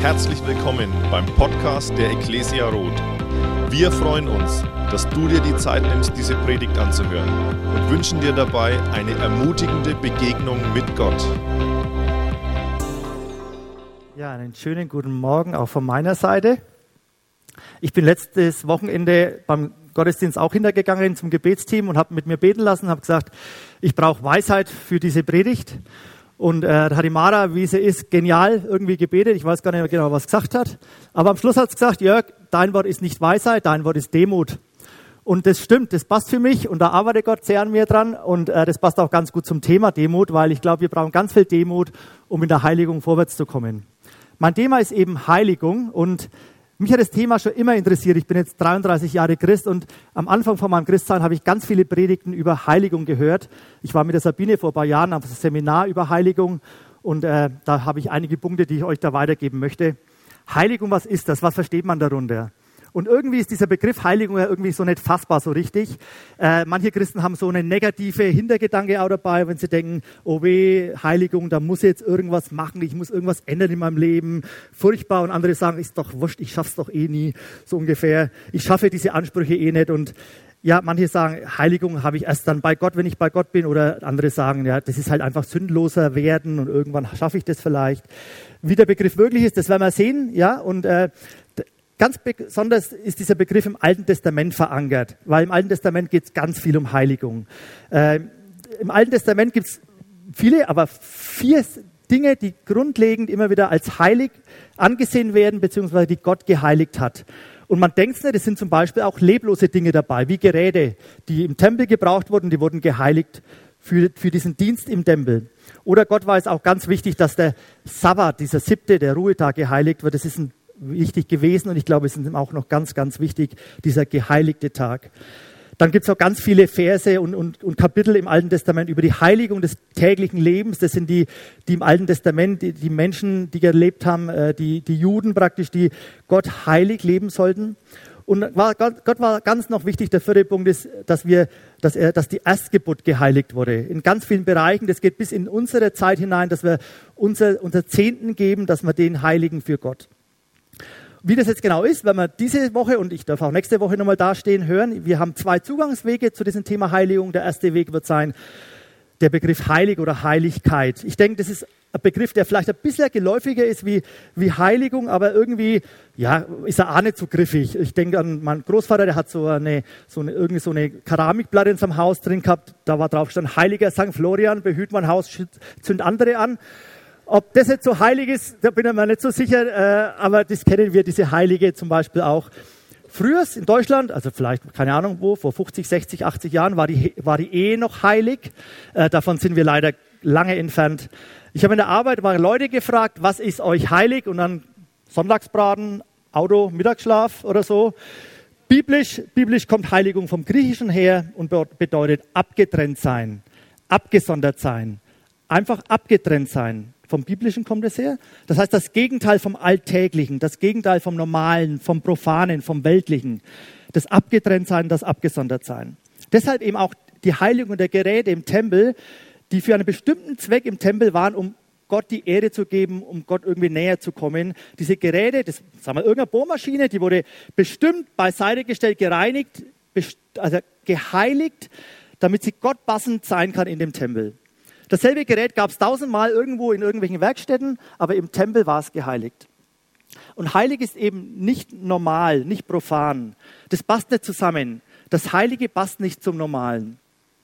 Herzlich willkommen beim Podcast der Ecclesia Roth. Wir freuen uns, dass du dir die Zeit nimmst, diese Predigt anzuhören und wünschen dir dabei eine ermutigende Begegnung mit Gott. Ja, einen schönen guten Morgen auch von meiner Seite. Ich bin letztes Wochenende beim Gottesdienst auch hintergegangen zum Gebetsteam und habe mit mir beten lassen, habe gesagt, ich brauche Weisheit für diese Predigt. Und da hat die Mara, wie sie ist, genial irgendwie gebetet. Ich weiß gar nicht mehr genau, was gesagt hat. Aber am Schluss hat sie gesagt, Jörg, dein Wort ist nicht Weisheit, dein Wort ist Demut. Und das stimmt, das passt für mich und da arbeitet Gott sehr an mir dran. Und das passt auch ganz gut zum Thema Demut, weil ich glaube, wir brauchen ganz viel Demut, um in der Heiligung vorwärts zu kommen. Mein Thema ist eben Heiligung und mich hat das Thema schon immer interessiert. Ich bin jetzt 33 Jahre Christ und am Anfang von meinem Christsein habe ich ganz viele Predigten über Heiligung gehört. Ich war mit der Sabine vor ein paar Jahren auf einem Seminar über Heiligung und da habe ich einige Punkte, die ich euch da weitergeben möchte. Heiligung, was ist das? Was versteht man darunter? Und irgendwie ist dieser Begriff Heiligung ja irgendwie so nicht fassbar so richtig. Manche Christen haben so eine negative Hintergedanke auch dabei, wenn sie denken, oh weh, Heiligung, da muss ich jetzt irgendwas machen, ich muss irgendwas ändern in meinem Leben. Furchtbar. Und andere sagen, ist doch wurscht, ich schaff's doch eh nie, so ungefähr. Ich schaffe diese Ansprüche eh nicht. Und ja, manche sagen, Heiligung habe ich erst dann bei Gott, wenn ich bei Gott bin. Oder andere sagen, ja, das ist halt einfach sündloser werden und irgendwann schaffe ich das vielleicht. Wie der Begriff wirklich ist, das werden wir sehen. Ja, und ganz besonders ist dieser Begriff im Alten Testament verankert, weil im Alten Testament geht es ganz viel um Heiligung. Im Alten Testament gibt es viele, aber 4 Dinge, die grundlegend immer wieder als heilig angesehen werden, beziehungsweise die Gott geheiligt hat. Und man denkt es nicht, es sind zum Beispiel auch leblose Dinge dabei, wie Geräte, die im Tempel gebraucht wurden, die wurden geheiligt für diesen Dienst im Tempel. Oder Gott war es auch ganz wichtig, dass der Sabbat, dieser 7., der Ruhetag, geheiligt wird. Das ist wichtig gewesen und ich glaube, es ist ihm auch noch ganz, ganz wichtig, dieser geheiligte Tag. Dann gibt es auch ganz viele Verse und Kapitel im Alten Testament über die Heiligung des täglichen Lebens. Das sind die im Alten Testament, die Menschen, die gelebt haben, die Juden praktisch, die Gott heilig leben sollten. Und Gott war ganz noch wichtig, der 4. Punkt ist, dass die Erstgeburt geheiligt wurde. In ganz vielen Bereichen, das geht bis in unsere Zeit hinein, dass wir unser Zehnten geben, dass wir den heiligen für Gott. Wie das jetzt genau ist, werden wir diese Woche und ich darf auch nächste Woche nochmal dastehen, hören. Wir haben 2 Zugangswege zu diesem Thema Heiligung. Der erste Weg wird sein, der Begriff Heilig oder Heiligkeit. Ich denke, das ist ein Begriff, der vielleicht ein bisschen geläufiger ist wie Heiligung, aber irgendwie ja, ist er auch nicht so griffig. Ich denke an meinen Großvater, der hat so eine Keramikplatte in seinem Haus drin gehabt. Da war drauf gestanden, Heiliger St. Florian, behüt mein Haus, zünd andere an. Ob das jetzt so heilig ist, da bin ich mir nicht so sicher, aber das kennen wir, diese Heilige zum Beispiel auch. Früher in Deutschland, also vielleicht, keine Ahnung wo, vor 50, 60, 80 Jahren war die Ehe noch heilig. Davon sind wir leider lange entfernt. Ich habe in der Arbeit mal Leute gefragt, was ist euch heilig? Und dann Sonntagsbraten, Auto, Mittagsschlaf oder so. Biblisch kommt Heiligung vom Griechischen her und bedeutet abgetrennt sein, abgesondert sein, einfach abgetrennt sein. Vom Biblischen kommt es her. Das heißt, das Gegenteil vom Alltäglichen, das Gegenteil vom Normalen, vom Profanen, vom Weltlichen. Das Abgetrenntsein, das Abgesondertsein. Deshalb eben auch die Heiligung der Geräte im Tempel, die für einen bestimmten Zweck im Tempel waren, um Gott die Ehre zu geben, um Gott irgendwie näher zu kommen. Diese Geräte, das sagen wir irgendeine Bohrmaschine, die wurde bestimmt beiseite gestellt, gereinigt, also geheiligt, damit sie Gott passend sein kann in dem Tempel. Dasselbe Gerät gab es 1000-mal irgendwo in irgendwelchen Werkstätten, aber im Tempel war es geheiligt. Und heilig ist eben nicht normal, nicht profan. Das passt nicht zusammen. Das Heilige passt nicht zum Normalen.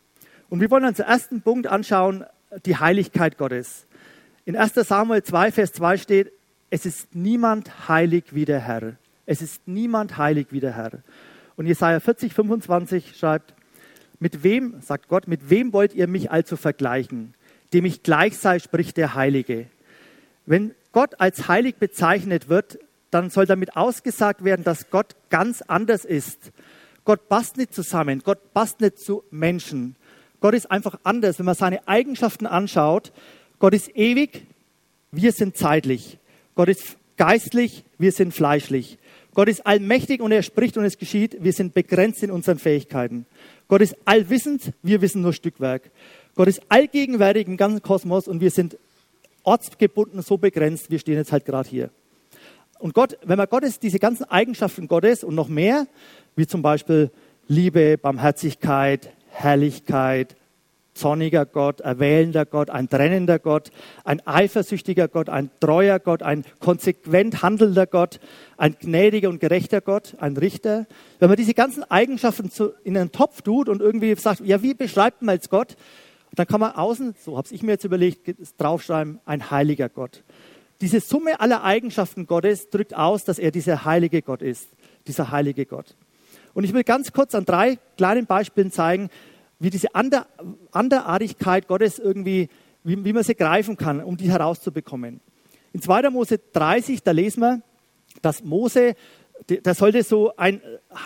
Und wir wollen uns den ersten Punkt anschauen, die Heiligkeit Gottes. In 1. Samuel 2, Vers 2 steht, es ist niemand heilig wie der Herr. Es ist niemand heilig wie der Herr. Und Jesaja 40, 25 schreibt, mit wem, sagt Gott, mit wem wollt ihr mich also vergleichen? Dem ich gleich sei, spricht der Heilige. Wenn Gott als heilig bezeichnet wird, dann soll damit ausgesagt werden, dass Gott ganz anders ist. Gott passt nicht zusammen, Gott passt nicht zu Menschen. Gott ist einfach anders. Wenn man seine Eigenschaften anschaut, Gott ist ewig, wir sind zeitlich. Gott ist geistlich, wir sind fleischlich. Gott ist allmächtig und er spricht und es geschieht. Wir sind begrenzt in unseren Fähigkeiten. Gott ist allwissend, wir wissen nur Stückwerk. Gott ist allgegenwärtig im ganzen Kosmos und wir sind ortsgebunden so begrenzt, wir stehen jetzt halt gerade hier. Und Gott, wenn man diese ganzen Eigenschaften Gottes und noch mehr, wie zum Beispiel Liebe, Barmherzigkeit, Herrlichkeit, zorniger Gott, erwählender Gott, ein trennender Gott, ein eifersüchtiger Gott, ein treuer Gott, ein konsequent handelnder Gott, ein gnädiger und gerechter Gott, ein Richter. Wenn man diese ganzen Eigenschaften in einen Topf tut und irgendwie sagt, ja, wie beschreibt man jetzt Gott? Dann kann man außen, so habe ich mir jetzt überlegt, draufschreiben, ein heiliger Gott. Diese Summe aller Eigenschaften Gottes drückt aus, dass er dieser heilige Gott ist, dieser heilige Gott. Und ich will ganz kurz an 3 kleinen Beispielen zeigen, wie diese Anderartigkeit Gottes irgendwie, wie man sie greifen kann, um die herauszubekommen. In 2. Mose 30, da lesen wir, dass Mose, der sollte so eine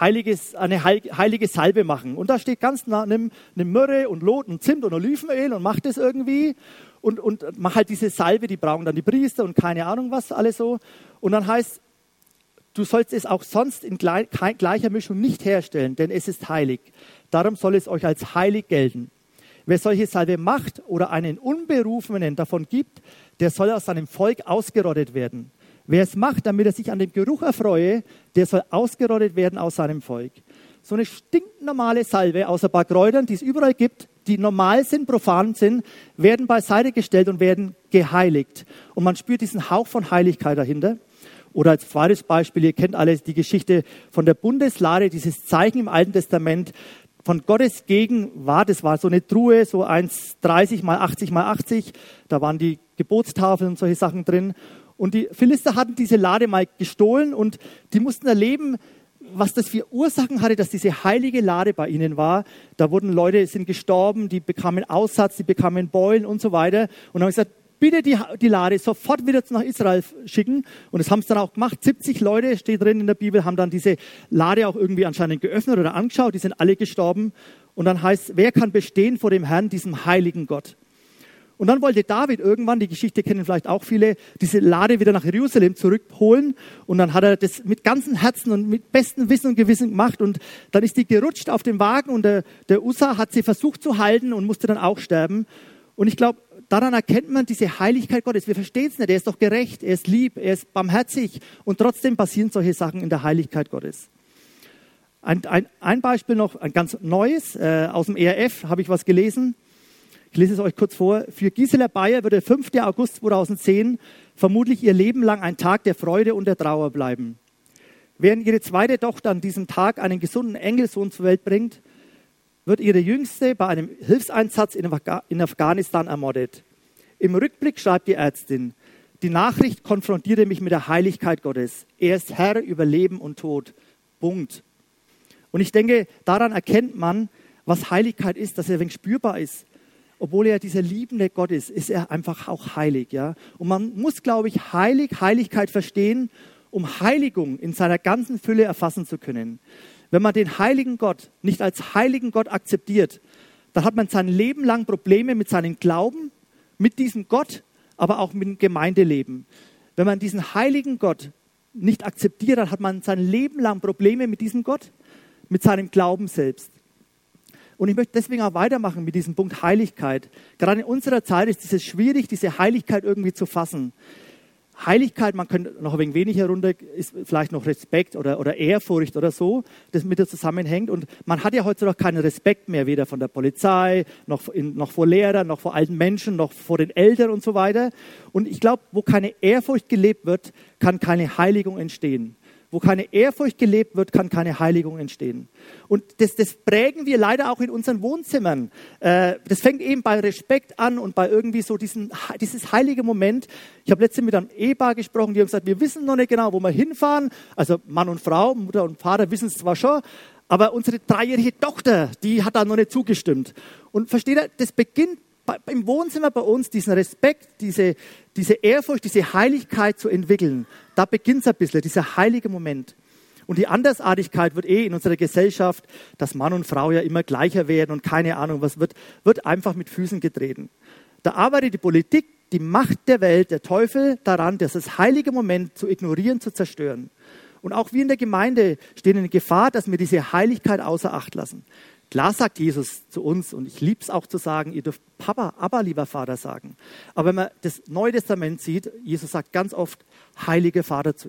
heilige Salbe machen. Und da steht ganz nah, nimm Myrrhe und Lot und Zimt und Olivenöl und mach das irgendwie. Und mach halt diese Salbe, die brauchen dann die Priester und keine Ahnung was, alles so. Und dann heißt, du sollst es auch sonst in gleicher Mischung nicht herstellen, denn es ist heilig. Darum soll es euch als heilig gelten. Wer solche Salbe macht oder einen Unberufenen davon gibt, der soll aus seinem Volk ausgerottet werden. Wer es macht, damit er sich an dem Geruch erfreue, der soll ausgerottet werden aus seinem Volk. So eine stinknormale Salbe aus ein paar Kräutern, die es überall gibt, die normal sind, profan sind, werden beiseite gestellt und werden geheiligt. Und man spürt diesen Hauch von Heiligkeit dahinter. Oder als zweites Beispiel, ihr kennt alle die Geschichte von der Bundeslade, dieses Zeichen im Alten Testament von Gottes Gegenwart. Das war so eine Truhe, so 1,30 mal 80 mal 80. Da waren die Gebotstafeln und solche Sachen drin. Und die Philister hatten diese Lade mal gestohlen und die mussten erleben, was das für Ursachen hatte, dass diese heilige Lade bei ihnen war. Da wurden Leute, sind gestorben, die bekamen Aussatz, die bekamen Beulen und so weiter. Und dann haben gesagt, bitte die Lade sofort wieder nach Israel schicken. Und das haben sie dann auch gemacht. 70 Leute, steht drin in der Bibel, haben dann diese Lade auch irgendwie anscheinend geöffnet oder angeschaut. Die sind alle gestorben. Und dann heißt, wer kann bestehen vor dem Herrn, diesem heiligen Gott? Und dann wollte David irgendwann, die Geschichte kennen vielleicht auch viele, diese Lade wieder nach Jerusalem zurückholen. Und dann hat er das mit ganzem Herzen und mit bestem Wissen und Gewissen gemacht. Und dann ist die gerutscht auf dem Wagen und der Ussa hat sie versucht zu halten und musste dann auch sterben. Und ich glaube, daran erkennt man diese Heiligkeit Gottes. Wir verstehen es nicht. Er ist doch gerecht, er ist lieb, er ist barmherzig. Und trotzdem passieren solche Sachen in der Heiligkeit Gottes. Ein Beispiel noch, ein ganz neues, aus dem ERF habe ich was gelesen. Ich lese es euch kurz vor. Für Gisela Bayer wird der 5. August 2010 vermutlich ihr Leben lang ein Tag der Freude und der Trauer bleiben. Während ihre zweite Tochter an diesem Tag einen gesunden Enkelsohn zur Welt bringt, wird ihre Jüngste bei einem Hilfseinsatz in Afghanistan ermordet. Im Rückblick schreibt die Ärztin, die Nachricht konfrontierte mich mit der Heiligkeit Gottes. Er ist Herr über Leben und Tod. Punkt. Und ich denke, daran erkennt man, was Heiligkeit ist, dass er ein wenig spürbar ist. Obwohl er dieser liebende Gott ist er einfach auch heilig. Ja? Und man muss, glaube ich, Heiligkeit verstehen, um Heiligung in seiner ganzen Fülle erfassen zu können. Wenn man den heiligen Gott nicht als heiligen Gott akzeptiert, dann hat man sein Leben lang Probleme mit seinem Glauben, mit diesem Gott, aber auch mit dem Gemeindeleben. Wenn man diesen heiligen Gott nicht akzeptiert, dann hat man sein Leben lang Probleme mit diesem Gott, mit seinem Glauben selbst. Und ich möchte deswegen auch weitermachen mit diesem Punkt Heiligkeit. Gerade in unserer Zeit ist es schwierig, diese Heiligkeit irgendwie zu fassen. Heiligkeit, man könnte noch ein wenig weniger runter, ist vielleicht noch Respekt oder Ehrfurcht oder so, das mit der zusammenhängt. Und man hat ja heutzutage keinen Respekt mehr, weder von der Polizei, noch vor Lehrern, noch vor alten Menschen, noch vor den Eltern und so weiter. Und ich glaube, wo keine Ehrfurcht gelebt wird, kann keine Heiligung entstehen. Wo keine Ehrfurcht gelebt wird, kann keine Heiligung entstehen. Und das prägen wir leider auch in unseren Wohnzimmern. Das fängt eben bei Respekt an und bei irgendwie so dieses heilige Moment. Ich habe letztens mit einem Ehepaar gesprochen, die haben gesagt, wir wissen noch nicht genau, wo wir hinfahren. Also Mann und Frau, Mutter und Vater wissen es zwar schon, aber unsere 3-jährige Tochter, die hat da noch nicht zugestimmt. Und versteht ihr, das beginnt im Wohnzimmer bei uns, diesen Respekt, diese Ehrfurcht, diese Heiligkeit zu entwickeln. Da beginnt es ein bisschen, dieser heilige Moment. Und die Andersartigkeit wird in unserer Gesellschaft, dass Mann und Frau ja immer gleicher werden und keine Ahnung was wird einfach mit Füßen getreten. Da arbeitet die Politik, die Macht der Welt, der Teufel daran, das heilige Moment zu ignorieren, zu zerstören. Und auch wir in der Gemeinde stehen in Gefahr, dass wir diese Heiligkeit außer Acht lassen. Klar sagt Jesus zu uns, und ich liebe es auch zu sagen, ihr dürft Papa, aber lieber Vater sagen. Aber wenn man das Neue Testament sieht, Jesus sagt ganz oft, heiliger Vater zu ihm.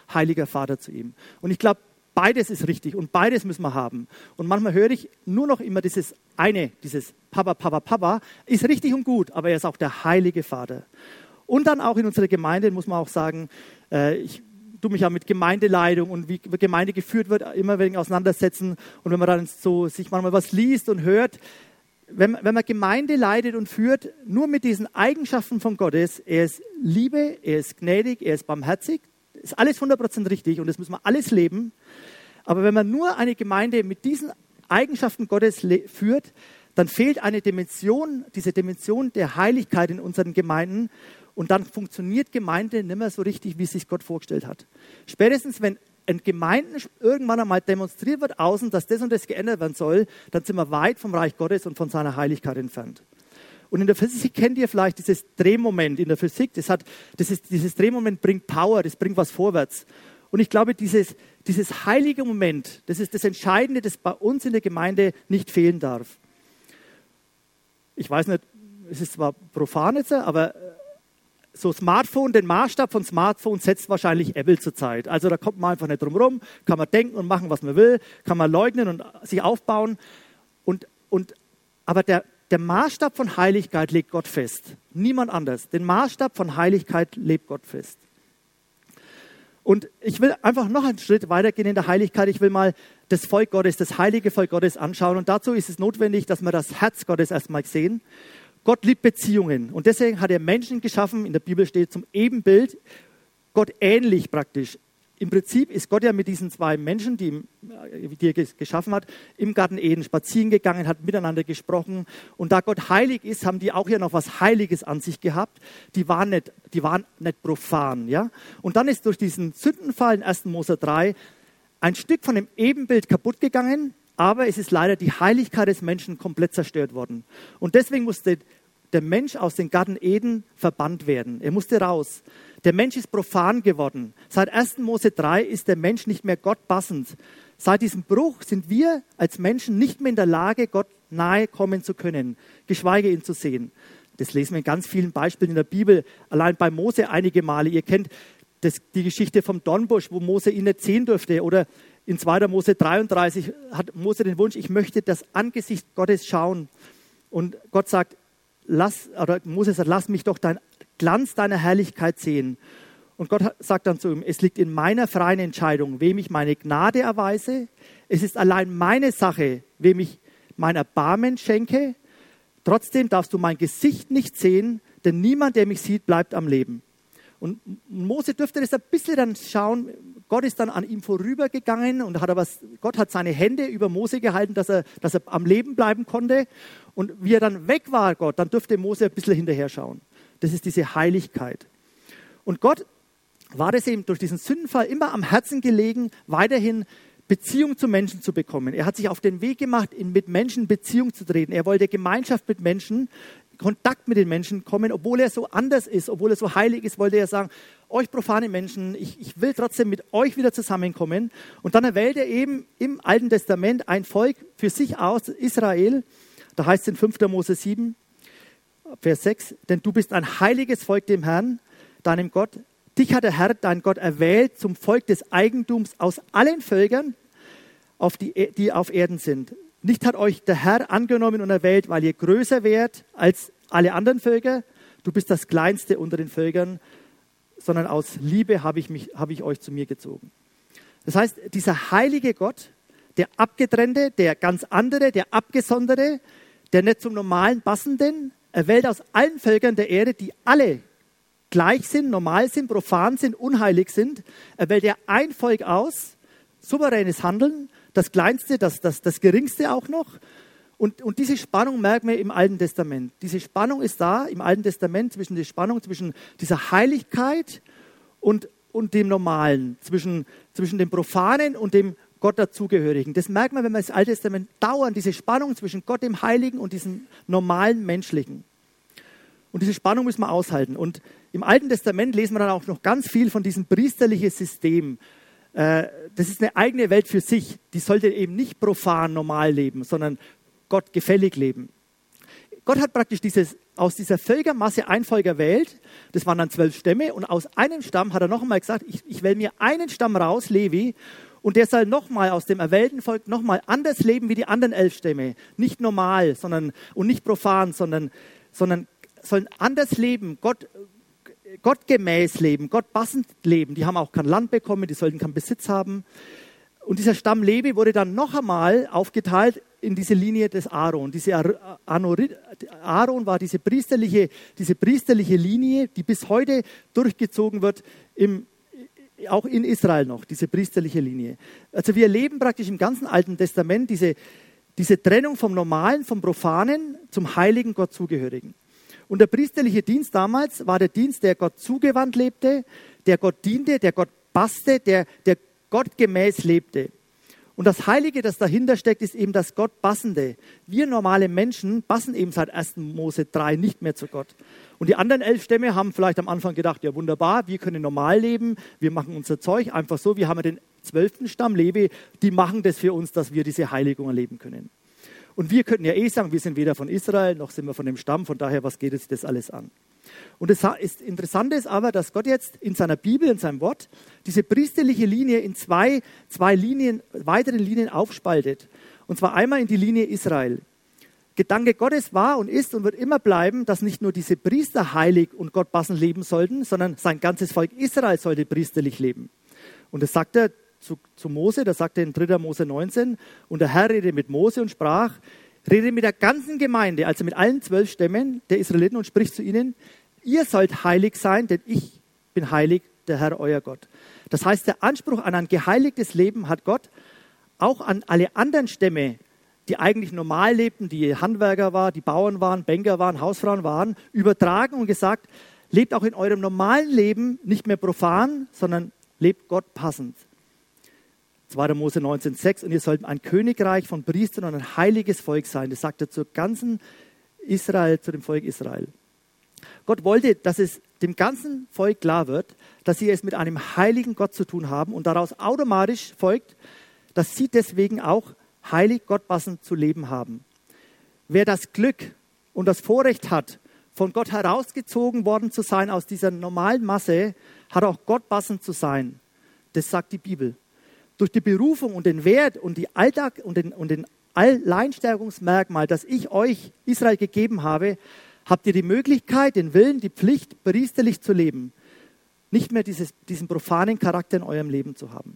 heiliger Vater zu ihm. Und ich glaube, beides ist richtig und beides müssen wir haben. Und manchmal höre ich nur noch immer dieses Papa, Papa, Papa, ist richtig und gut, aber er ist auch der heilige Vater. Und dann auch in unserer Gemeinde muss man auch sagen, ich tue mich ja mit Gemeindeleitung und wie Gemeinde geführt wird, immer wegen auseinandersetzen. Und wenn man dann so sich manchmal was liest und hört, wenn man Gemeinde leitet und führt, nur mit diesen Eigenschaften von Gottes, er ist Liebe, er ist gnädig, er ist barmherzig, ist alles 100% richtig und das müssen wir alles leben. Aber wenn man nur eine Gemeinde mit diesen Eigenschaften Gottes führt, dann fehlt eine Dimension, diese Dimension der Heiligkeit in unseren Gemeinden und dann funktioniert Gemeinde nicht mehr so richtig, wie es sich Gott vorgestellt hat. Spätestens, wenn in Gemeinden irgendwann einmal demonstriert wird außen, dass das und das geändert werden soll, dann sind wir weit vom Reich Gottes und von seiner Heiligkeit entfernt. Und in der Physik kennt ihr vielleicht dieses Drehmoment in der Physik. Dieses Drehmoment bringt Power, das bringt was vorwärts. Und ich glaube, dieses heilige Moment, das ist das Entscheidende, das bei uns in der Gemeinde nicht fehlen darf. Ich weiß nicht, es ist zwar profan jetzt, aber so Smartphone, den Maßstab von Smartphone setzt wahrscheinlich Apple zurzeit. Also da kommt man einfach nicht drum rum, kann man denken und machen, was man will, kann man leugnen und sich aufbauen. Aber der Maßstab von Heiligkeit legt Gott fest. Niemand anders. Den Maßstab von Heiligkeit legt Gott fest. Und ich will einfach noch einen Schritt weitergehen in der Heiligkeit. Ich will mal das Volk Gottes, das heilige Volk Gottes anschauen. Und dazu ist es notwendig, dass wir das Herz Gottes erstmal sehen. Gott liebt Beziehungen. Und deswegen hat er Menschen geschaffen, in der Bibel steht, zum Ebenbild, Gott ähnlich praktisch. Im Prinzip ist Gott ja mit diesen zwei Menschen, die er geschaffen hat, im Garten Eden spazieren gegangen, hat miteinander gesprochen. Und da Gott heilig ist, haben die auch ja noch was Heiliges an sich gehabt. Die waren nicht profan. Ja? Und dann ist durch diesen Sündenfall in 1. Mose 3 ein Stück von dem Ebenbild kaputt gegangen, aber es ist leider die Heiligkeit des Menschen komplett zerstört worden. Und deswegen musste der Mensch aus dem Garten Eden verbannt werden. Er musste raus. Der Mensch ist profan geworden. Seit 1. Mose 3 ist der Mensch nicht mehr Gott passend. Seit diesem Bruch sind wir als Menschen nicht mehr in der Lage, Gott nahe kommen zu können, geschweige ihn zu sehen. Das lesen wir in ganz vielen Beispielen in der Bibel, allein bei Mose einige Male. Ihr kennt die Geschichte vom Dornbusch, wo Mose ihn nicht sehen durfte. Oder in 2. Mose 33 hat Mose den Wunsch, ich möchte das Angesicht Gottes schauen. Und Gott sagt, Mose sagt, lass mich doch den Glanz deiner Herrlichkeit sehen. Und Gott sagt dann zu ihm, es liegt in meiner freien Entscheidung, wem ich meine Gnade erweise. Es ist allein meine Sache, wem ich mein Erbarmen schenke. Trotzdem darfst du mein Gesicht nicht sehen, denn niemand, der mich sieht, bleibt am Leben. Und Mose dürfte das ein bisschen dann schauen. Gott ist dann an ihm vorübergegangen und Gott hat seine Hände über Mose gehalten, dass er am Leben bleiben konnte. Und wie er dann weg war, dann dürfte Mose ein bisschen hinterher schauen. Das ist diese Heiligkeit. Und Gott war es eben durch diesen Sündenfall immer am Herzen gelegen, weiterhin Beziehung zu Menschen zu bekommen. Er hat sich auf den Weg gemacht, mit Menschen in Beziehung zu treten. Er wollte Gemeinschaft mit Menschen, Kontakt mit den Menschen kommen, obwohl er so anders ist, obwohl er so heilig ist, wollte er sagen, euch profane Menschen, ich will trotzdem mit euch wieder zusammenkommen. Und dann erwählt er eben im Alten Testament ein Volk für sich aus, Israel. Da heißt es in 5. Mose 7, Vers 6, denn du bist ein heiliges Volk dem Herrn, deinem Gott. Dich hat der Herr, dein Gott, erwählt zum Volk des Eigentums aus allen Völkern, die auf Erden sind. Nicht hat euch der Herr angenommen und erwählt, weil ihr größer wärt als alle anderen Völker. Du bist das Kleinste unter den Völkern, sondern aus Liebe habe ich euch zu mir gezogen. Das heißt, dieser heilige Gott, der Abgetrennte, der ganz andere, der Abgesonderte, der nicht zum Normalen passenden, erwählt aus allen Völkern der Erde, die alle gleich sind, normal sind, profan sind, unheilig sind, erwählt er ein Volk aus, souveränes Handeln, das Kleinste, das Geringste auch noch. Und diese Spannung merken wir im Alten Testament. Diese Spannung ist da im Alten Testament, zwischen dieser Heiligkeit und dem Normalen, zwischen dem Profanen und dem Gott dazugehörigen. Das merkt man, wenn man das Alte Testament dauernd, diese Spannung zwischen Gott, dem Heiligen und diesem normalen Menschlichen. Und diese Spannung müssen wir aushalten. Und im Alten Testament lesen wir dann auch noch ganz viel von diesem priesterlichen System. Das ist eine eigene Welt für sich. Die sollte eben nicht profan normal leben, sondern Gott gefällig leben. Gott hat praktisch aus dieser Völkermasse ein Volk erwählt, das waren dann 12 Stämme, und aus einem Stamm hat er noch einmal gesagt, ich wähle mir einen Stamm raus, Levi, und der soll nochmal aus dem erwählten Volk nochmal anders leben wie die anderen 11 Stämme. Nicht normal und nicht profan, sondern sollen anders leben, gottgemäß leben, Gott passend leben. Die haben auch kein Land bekommen, die sollten keinen Besitz haben. Und dieser Stamm Levi wurde dann noch einmal aufgeteilt in diese Linie des Aaron. Aaron war diese priesterliche Linie, die bis heute durchgezogen wird, auch in Israel noch, diese priesterliche Linie. Also wir erleben praktisch im ganzen Alten Testament diese Trennung vom Normalen, vom Profanen zum heiligen Gott zugehörigen. Und der priesterliche Dienst damals war der Dienst, der Gott zugewandt lebte, der Gott diente, der Gott passte, der gottgemäß lebte. Und das Heilige, das dahinter steckt, ist eben das Gottpassende. Wir normale Menschen passen eben seit 1. Mose 3 nicht mehr zu Gott. Und die anderen 11 Stämme haben vielleicht am Anfang gedacht, ja wunderbar, wir können normal leben, wir machen unser Zeug einfach so. Wir haben ja den 12. Stamm Levi, die machen das für uns, dass wir diese Heiligung erleben können. Und wir könnten ja sagen, wir sind weder von Israel, noch sind wir von dem Stamm, von daher, was geht uns das alles an? Und das Interessante ist aber, dass Gott jetzt in seiner Bibel, in seinem Wort, diese priesterliche Linie in zwei weiteren Linien aufspaltet. Und zwar einmal in die Linie Israel. Gedanke Gottes war und ist und wird immer bleiben, dass nicht nur diese Priester heilig und Gott passend leben sollten, sondern sein ganzes Volk Israel sollte priesterlich leben. Und das sagt er zu Mose, das sagt er in 3. Mose 19. Und der Herr redete mit Mose und sprach, redet mit der ganzen Gemeinde, also mit allen 12 Stämmen der Israeliten und spricht zu ihnen, ihr sollt heilig sein, denn ich bin heilig, der Herr, euer Gott. Das heißt, der Anspruch an ein geheiligtes Leben hat Gott auch an alle anderen Stämme, die eigentlich normal lebten, die Handwerker waren, die Bauern waren, Banker waren, Hausfrauen waren, übertragen und gesagt, lebt auch in eurem normalen Leben nicht mehr profan, sondern lebt Gott passend. 2. Mose 19,6 und ihr sollt ein Königreich von Priestern und ein heiliges Volk sein. Das sagt er zur ganzen Israel, zu dem Volk Israel. Gott wollte, dass es dem ganzen Volk klar wird, dass sie es mit einem heiligen Gott zu tun haben und daraus automatisch folgt, dass sie deswegen auch heilig gottpassend zu leben haben. Wer das Glück und das Vorrecht hat, von Gott herausgezogen worden zu sein aus dieser normalen Masse, hat auch gottpassend zu sein. Das sagt die Bibel. Durch die Berufung und den Wert und die Alltag und den Alleinstellungsmerkmal, das ich euch, Israel, gegeben habe, habt ihr die Möglichkeit, den Willen, die Pflicht, priesterlich zu leben. Nicht mehr diesen profanen Charakter in eurem Leben zu haben.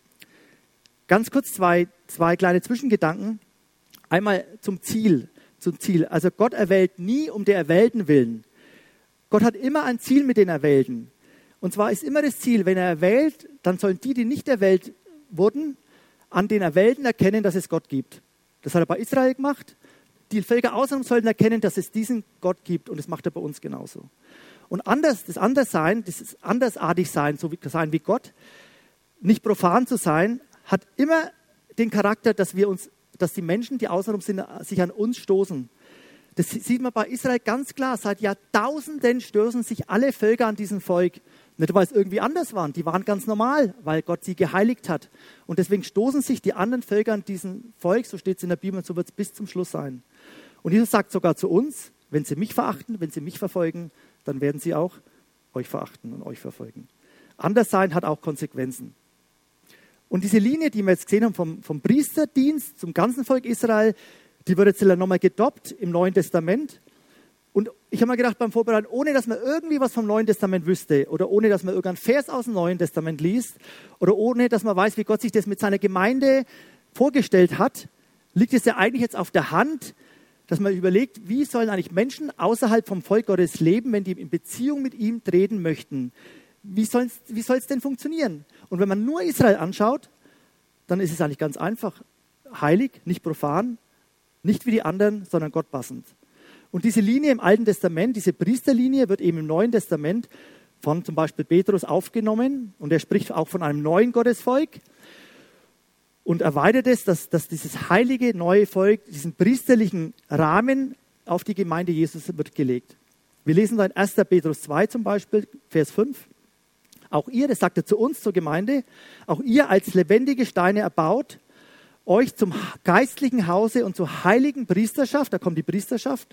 Ganz kurz zwei kleine Zwischengedanken. Einmal zum Ziel. Also Gott erwählt nie um der Erwählten willen. Gott hat immer ein Ziel mit den Erwählten. Und zwar ist immer das Ziel, wenn er erwählt, dann sollen die nicht erwählt wurden, an den Erwählten erkennen, dass es Gott gibt. Das hat er bei Israel gemacht. Die Völker außenrum sollten erkennen, dass es diesen Gott gibt. Und das macht er bei uns genauso. Und das Anderssein, das ist andersartig sein, so wie Gott, nicht profan zu sein, hat immer den Charakter, dass die Menschen, die außenrum sind, sich an uns stoßen. Das sieht man bei Israel ganz klar. Seit Jahrtausenden stoßen sich alle Völker an diesem Volk. Nicht, weil es irgendwie anders waren. Die waren ganz normal, weil Gott sie geheiligt hat. Und deswegen stoßen sich die anderen Völker an diesem Volk, so steht es in der Bibel, und so wird es bis zum Schluss sein. Und Jesus sagt sogar zu uns, wenn sie mich verachten, wenn sie mich verfolgen, dann werden sie auch euch verachten und euch verfolgen. Anderssein hat auch Konsequenzen. Und diese Linie, die wir jetzt gesehen haben, vom Priesterdienst zum ganzen Volk Israel, die wird jetzt nochmal gedoppt im Neuen Testament. Und ich habe mir gedacht beim Vorbereiten, ohne dass man irgendwie was vom Neuen Testament wüsste oder ohne dass man irgendeinen Vers aus dem Neuen Testament liest oder ohne dass man weiß, wie Gott sich das mit seiner Gemeinde vorgestellt hat, liegt es ja eigentlich jetzt auf der Hand, dass man überlegt, wie sollen eigentlich Menschen außerhalb vom Volk Gottes leben, wenn die in Beziehung mit ihm treten möchten. Wie soll es denn funktionieren? Und wenn man nur Israel anschaut, dann ist es eigentlich ganz einfach. Heilig, nicht profan, nicht wie die anderen, sondern gottpassend. Und diese Linie im Alten Testament, diese Priesterlinie, wird eben im Neuen Testament von zum Beispiel Petrus aufgenommen. Und er spricht auch von einem neuen Gottesvolk und erweitert es, dass dieses heilige neue Volk, diesen priesterlichen Rahmen auf die Gemeinde Jesus wird gelegt. Wir lesen da in 1. Petrus 2 zum Beispiel, Vers 5. Auch ihr, das sagt er zu uns, zur Gemeinde, auch ihr als lebendige Steine erbaut, euch zum geistlichen Hause und zur heiligen Priesterschaft, da kommt die Priesterschaft,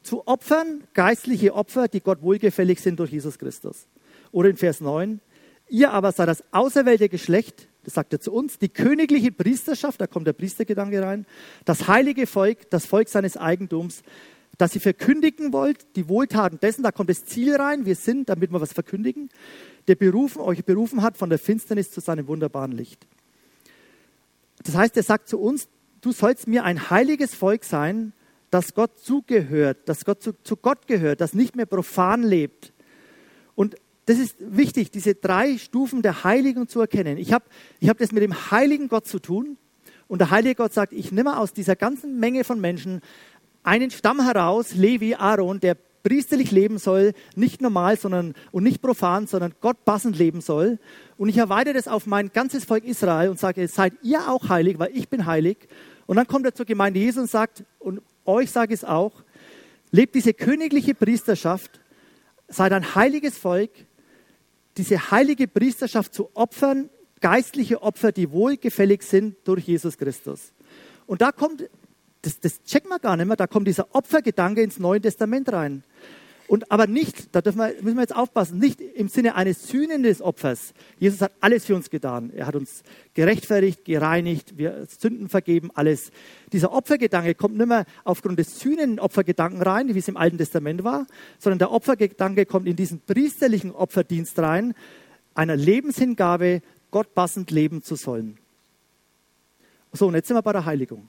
zu opfern, geistliche Opfer, die Gott wohlgefällig sind durch Jesus Christus. Oder in Vers 9, ihr aber seid das auserwählte Geschlecht, das sagt er zu uns, die königliche Priesterschaft, da kommt der Priestergedanke rein, das heilige Volk, das Volk seines Eigentums, dass ihr verkündigen wollt, die Wohltaten dessen, da kommt das Ziel rein, wir sind, damit wir was verkündigen, der euch berufen hat von der Finsternis zu seinem wunderbaren Licht. Das heißt, er sagt zu uns, du sollst mir ein heiliges Volk sein, das Gott zugehört, das Gott zu Gott gehört, das nicht mehr profan lebt. Und das ist wichtig, diese 3 Stufen der Heiligung zu erkennen. Ich hab das mit dem heiligen Gott zu tun und der heilige Gott sagt, ich nehme aus dieser ganzen Menge von Menschen einen Stamm heraus, Levi, Aaron, der priesterlich leben soll, nicht normal und nicht profan, sondern Gott passend leben soll. Und ich erweitere das auf mein ganzes Volk Israel und sage, seid ihr auch heilig, weil ich bin heilig. Und dann kommt er zur Gemeinde Jesu und sagt, und euch sage ich es auch, lebt diese königliche Priesterschaft, seid ein heiliges Volk, diese heilige Priesterschaft zu opfern, geistliche Opfer, die wohlgefällig sind durch Jesus Christus. Und da kommt, das checken wir gar nicht mehr, da kommt dieser Opfergedanke ins Neue Testament rein. Und aber nicht, da müssen wir jetzt aufpassen, nicht im Sinne eines sühnenden Opfers. Jesus hat alles für uns getan. Er hat uns gerechtfertigt, gereinigt, wir Sünden vergeben, alles. Dieser Opfergedanke kommt nicht mehr aufgrund des sühnenden Opfergedanken rein, wie es im Alten Testament war, sondern der Opfergedanke kommt in diesen priesterlichen Opferdienst rein, einer Lebenshingabe, Gott passend leben zu sollen. So, und jetzt sind wir bei der Heiligung.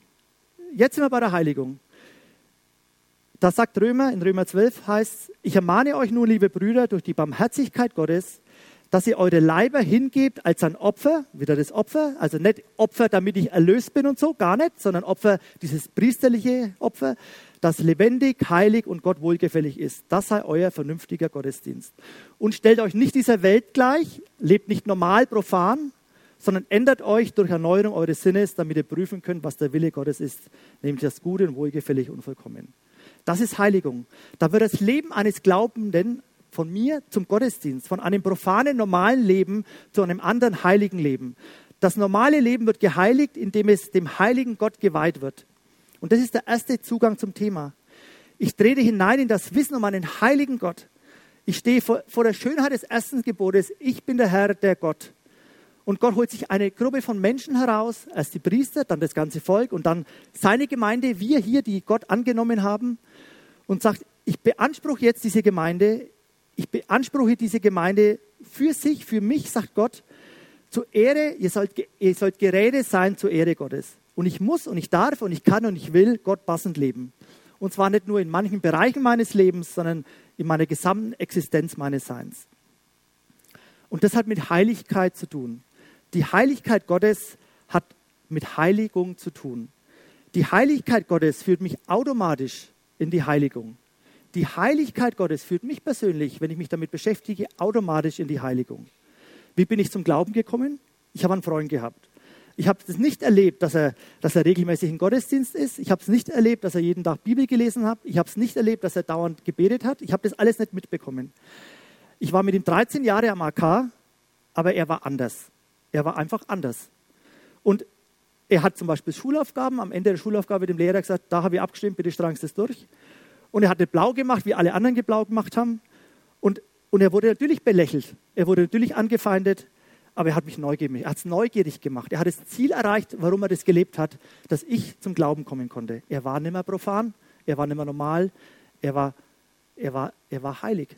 Da sagt Römer, in Römer 12 heißt, ich ermahne euch nun, liebe Brüder, durch die Barmherzigkeit Gottes, dass ihr eure Leiber hingebt als ein Opfer, wieder das Opfer, also nicht Opfer, damit ich erlöst bin und so, gar nicht, sondern Opfer, dieses priesterliche Opfer, das lebendig, heilig und Gott wohlgefällig ist. Das sei euer vernünftiger Gottesdienst. Und stellt euch nicht dieser Welt gleich, lebt nicht normal, profan, sondern ändert euch durch Erneuerung eures Sinnes, damit ihr prüfen könnt, was der Wille Gottes ist, nämlich das Gute und Wohlgefällig und Vollkommen. Das ist Heiligung. Da wird das Leben eines Glaubenden von mir zum Gottesdienst, von einem profanen, normalen Leben zu einem anderen heiligen Leben. Das normale Leben wird geheiligt, indem es dem heiligen Gott geweiht wird. Und das ist der erste Zugang zum Thema. Ich trete hinein in das Wissen um einen heiligen Gott. Ich stehe vor der Schönheit des ersten Gebotes. Ich bin der Herr, der Gott. Und Gott holt sich eine Gruppe von Menschen heraus, erst die Priester, dann das ganze Volk und dann seine Gemeinde, wir hier, die Gott angenommen haben, und sagt, ich beanspruche jetzt diese Gemeinde, für sich, für mich, sagt Gott, zur Ehre, ihr sollt Geräte sein zur Ehre Gottes. Und ich muss und ich darf und ich kann und ich will Gott passend leben. Und zwar nicht nur in manchen Bereichen meines Lebens, sondern in meiner gesamten Existenz meines Seins. Und das hat mit Heiligkeit zu tun. Die Heiligkeit Gottes hat mit Heiligung zu tun. Die Heiligkeit Gottes führt mich automatisch in die Heiligung. Die Heiligkeit Gottes führt mich persönlich, wenn ich mich damit beschäftige, automatisch in die Heiligung. Wie bin ich zum Glauben gekommen? Ich habe einen Freund gehabt. Ich habe es nicht erlebt, dass er regelmäßig im Gottesdienst ist. Ich habe es nicht erlebt, dass er jeden Tag Bibel gelesen hat. Ich habe es nicht erlebt, dass er dauernd gebetet hat. Ich habe das alles nicht mitbekommen. Ich war mit ihm 13 Jahre am AK, aber er war anders. Er war einfach anders. Und er hat zum Beispiel Schulaufgaben, am Ende der Schulaufgabe dem Lehrer gesagt, da habe ich abgestimmt, bitte strangst das durch. Und er hat nicht blau gemacht, wie alle anderen blau gemacht haben. Und er wurde natürlich belächelt, er wurde natürlich angefeindet, aber er hat mich neugierig gemacht. Er hat das Ziel erreicht, warum er das gelebt hat, dass ich zum Glauben kommen konnte. Er war nicht mehr profan, er war nicht mehr normal, er war heilig.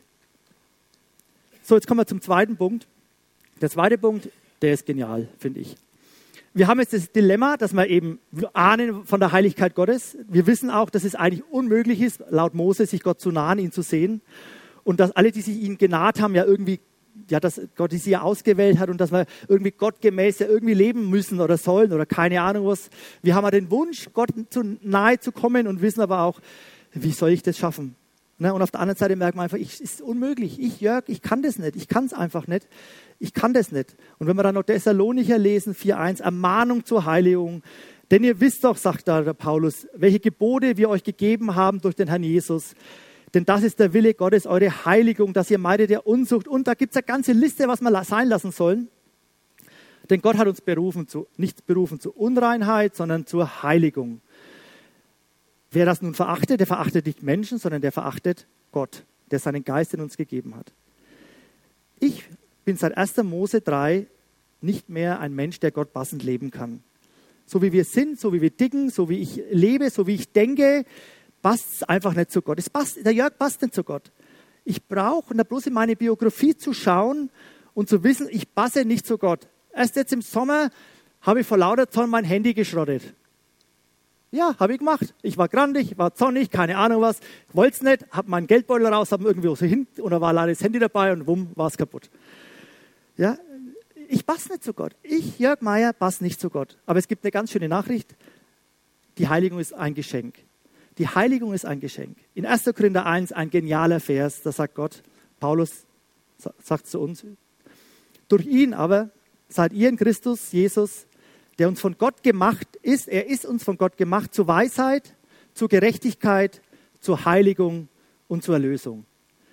So, jetzt kommen wir zum zweiten Punkt. Der zweite Punkt, der ist genial, finde ich. Wir haben jetzt das Dilemma, dass wir eben ahnen von der Heiligkeit Gottes. Wir wissen auch, dass es eigentlich unmöglich ist, laut Mose, sich Gott zu nahen, ihn zu sehen. Und dass alle, die sich ihm genaht haben, dass Gott sie ja ausgewählt hat und dass wir irgendwie gottgemäß ja irgendwie leben müssen oder sollen oder keine Ahnung was. Wir haben ja den Wunsch, Gott nahe zu kommen und wissen aber auch, wie soll ich das schaffen? Und auf der anderen Seite merkt man einfach, es ist unmöglich. Jörg, ich kann das nicht. Ich kann es einfach nicht. Ich kann das nicht. Und wenn wir dann noch Thessalonicher lesen, 4,1, Ermahnung zur Heiligung. Denn ihr wisst doch, sagt da der Paulus, welche Gebote wir euch gegeben haben durch den Herrn Jesus. Denn das ist der Wille Gottes, eure Heiligung, dass ihr meidet der Unzucht. Und da gibt es eine ganze Liste, was wir sein lassen sollen. Denn Gott hat uns nicht berufen zu Unreinheit, sondern zur Heiligung. Wer das nun verachtet, der verachtet nicht Menschen, sondern der verachtet Gott, der seinen Geist in uns gegeben hat. Ich bin seit 1. Mose 3 nicht mehr ein Mensch, der Gott passend leben kann. So wie wir sind, so wie wir ticken, so wie ich lebe, so wie ich denke, passt es einfach nicht zu Gott. Der Jörg passt nicht zu Gott. Ich brauche da bloß in meine Biografie zu schauen und zu wissen, ich passe nicht zu Gott. Erst jetzt im Sommer habe ich vor lauter Zorn mein Handy geschrottet. Ja, habe ich gemacht. Ich war grantig, war zornig, keine Ahnung was. Wollte es nicht, habe meinen Geldbeutel raus, habe ihn irgendwie so hin und da war leider das Handy dabei und wumm, war es kaputt. Ja, ich passe nicht zu Gott. Ich, Jörg Meier, passe nicht zu Gott. Aber es gibt eine ganz schöne Nachricht. Die Heiligung ist ein Geschenk. Die Heiligung ist ein Geschenk. In 1. Korinther 1 ein genialer Vers, da sagt Gott, Paulus sagt zu uns, durch ihn aber seid ihr in Christus Jesus, der uns von Gott gemacht ist, er ist uns von Gott gemacht zur Weisheit, zur Gerechtigkeit, zur Heiligung und zur Erlösung.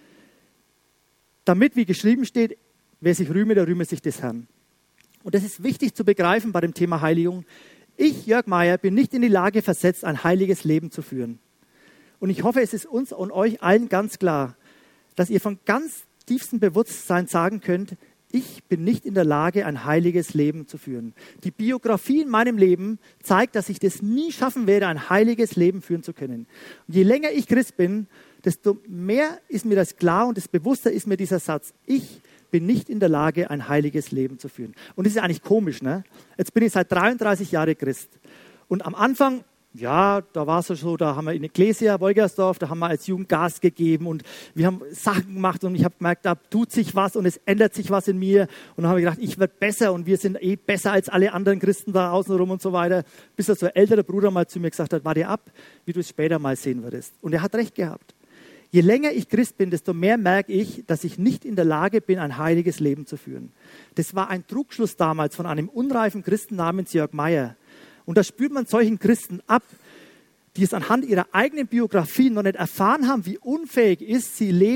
Damit, wie geschrieben steht, wer sich rühme, der rühme sich des Herrn. Und das ist wichtig zu begreifen bei dem Thema Heiligung. Ich, Jörg Meier, bin nicht in die Lage versetzt, ein heiliges Leben zu führen. Und ich hoffe, es ist uns und euch allen ganz klar, dass ihr von ganz tiefstem Bewusstsein sagen könnt, ich bin nicht in der Lage, ein heiliges Leben zu führen. Die Biografie in meinem Leben zeigt, dass ich das nie schaffen werde, ein heiliges Leben führen zu können. Und je länger ich Christ bin, desto mehr ist mir das klar und desto bewusster ist mir dieser Satz. Ich bin nicht in der Lage, ein heiliges Leben zu führen. Und das ist eigentlich komisch, ne? Jetzt bin ich seit 33 Jahren Christ. Und am Anfang, ja, da war es so, da haben wir in Ecclesia, Wolgersdorf, da haben wir als Jugend Gas gegeben und wir haben Sachen gemacht und ich habe gemerkt, da tut sich was und es ändert sich was in mir. Und dann habe ich gedacht, ich werde besser und wir sind besser als alle anderen Christen da außenrum und so weiter. Bis so ein älterer Bruder mal zu mir gesagt hat, warte ab, wie du es später mal sehen würdest. Und er hat recht gehabt. Je länger ich Christ bin, desto mehr merke ich, dass ich nicht in der Lage bin, ein heiliges Leben zu führen. Das war ein Trugschluss damals von einem unreifen Christen namens Jörg Meier. Und da spürt man solchen Christen ab, die es anhand ihrer eigenen Biografien noch nicht erfahren haben, wie unfähig es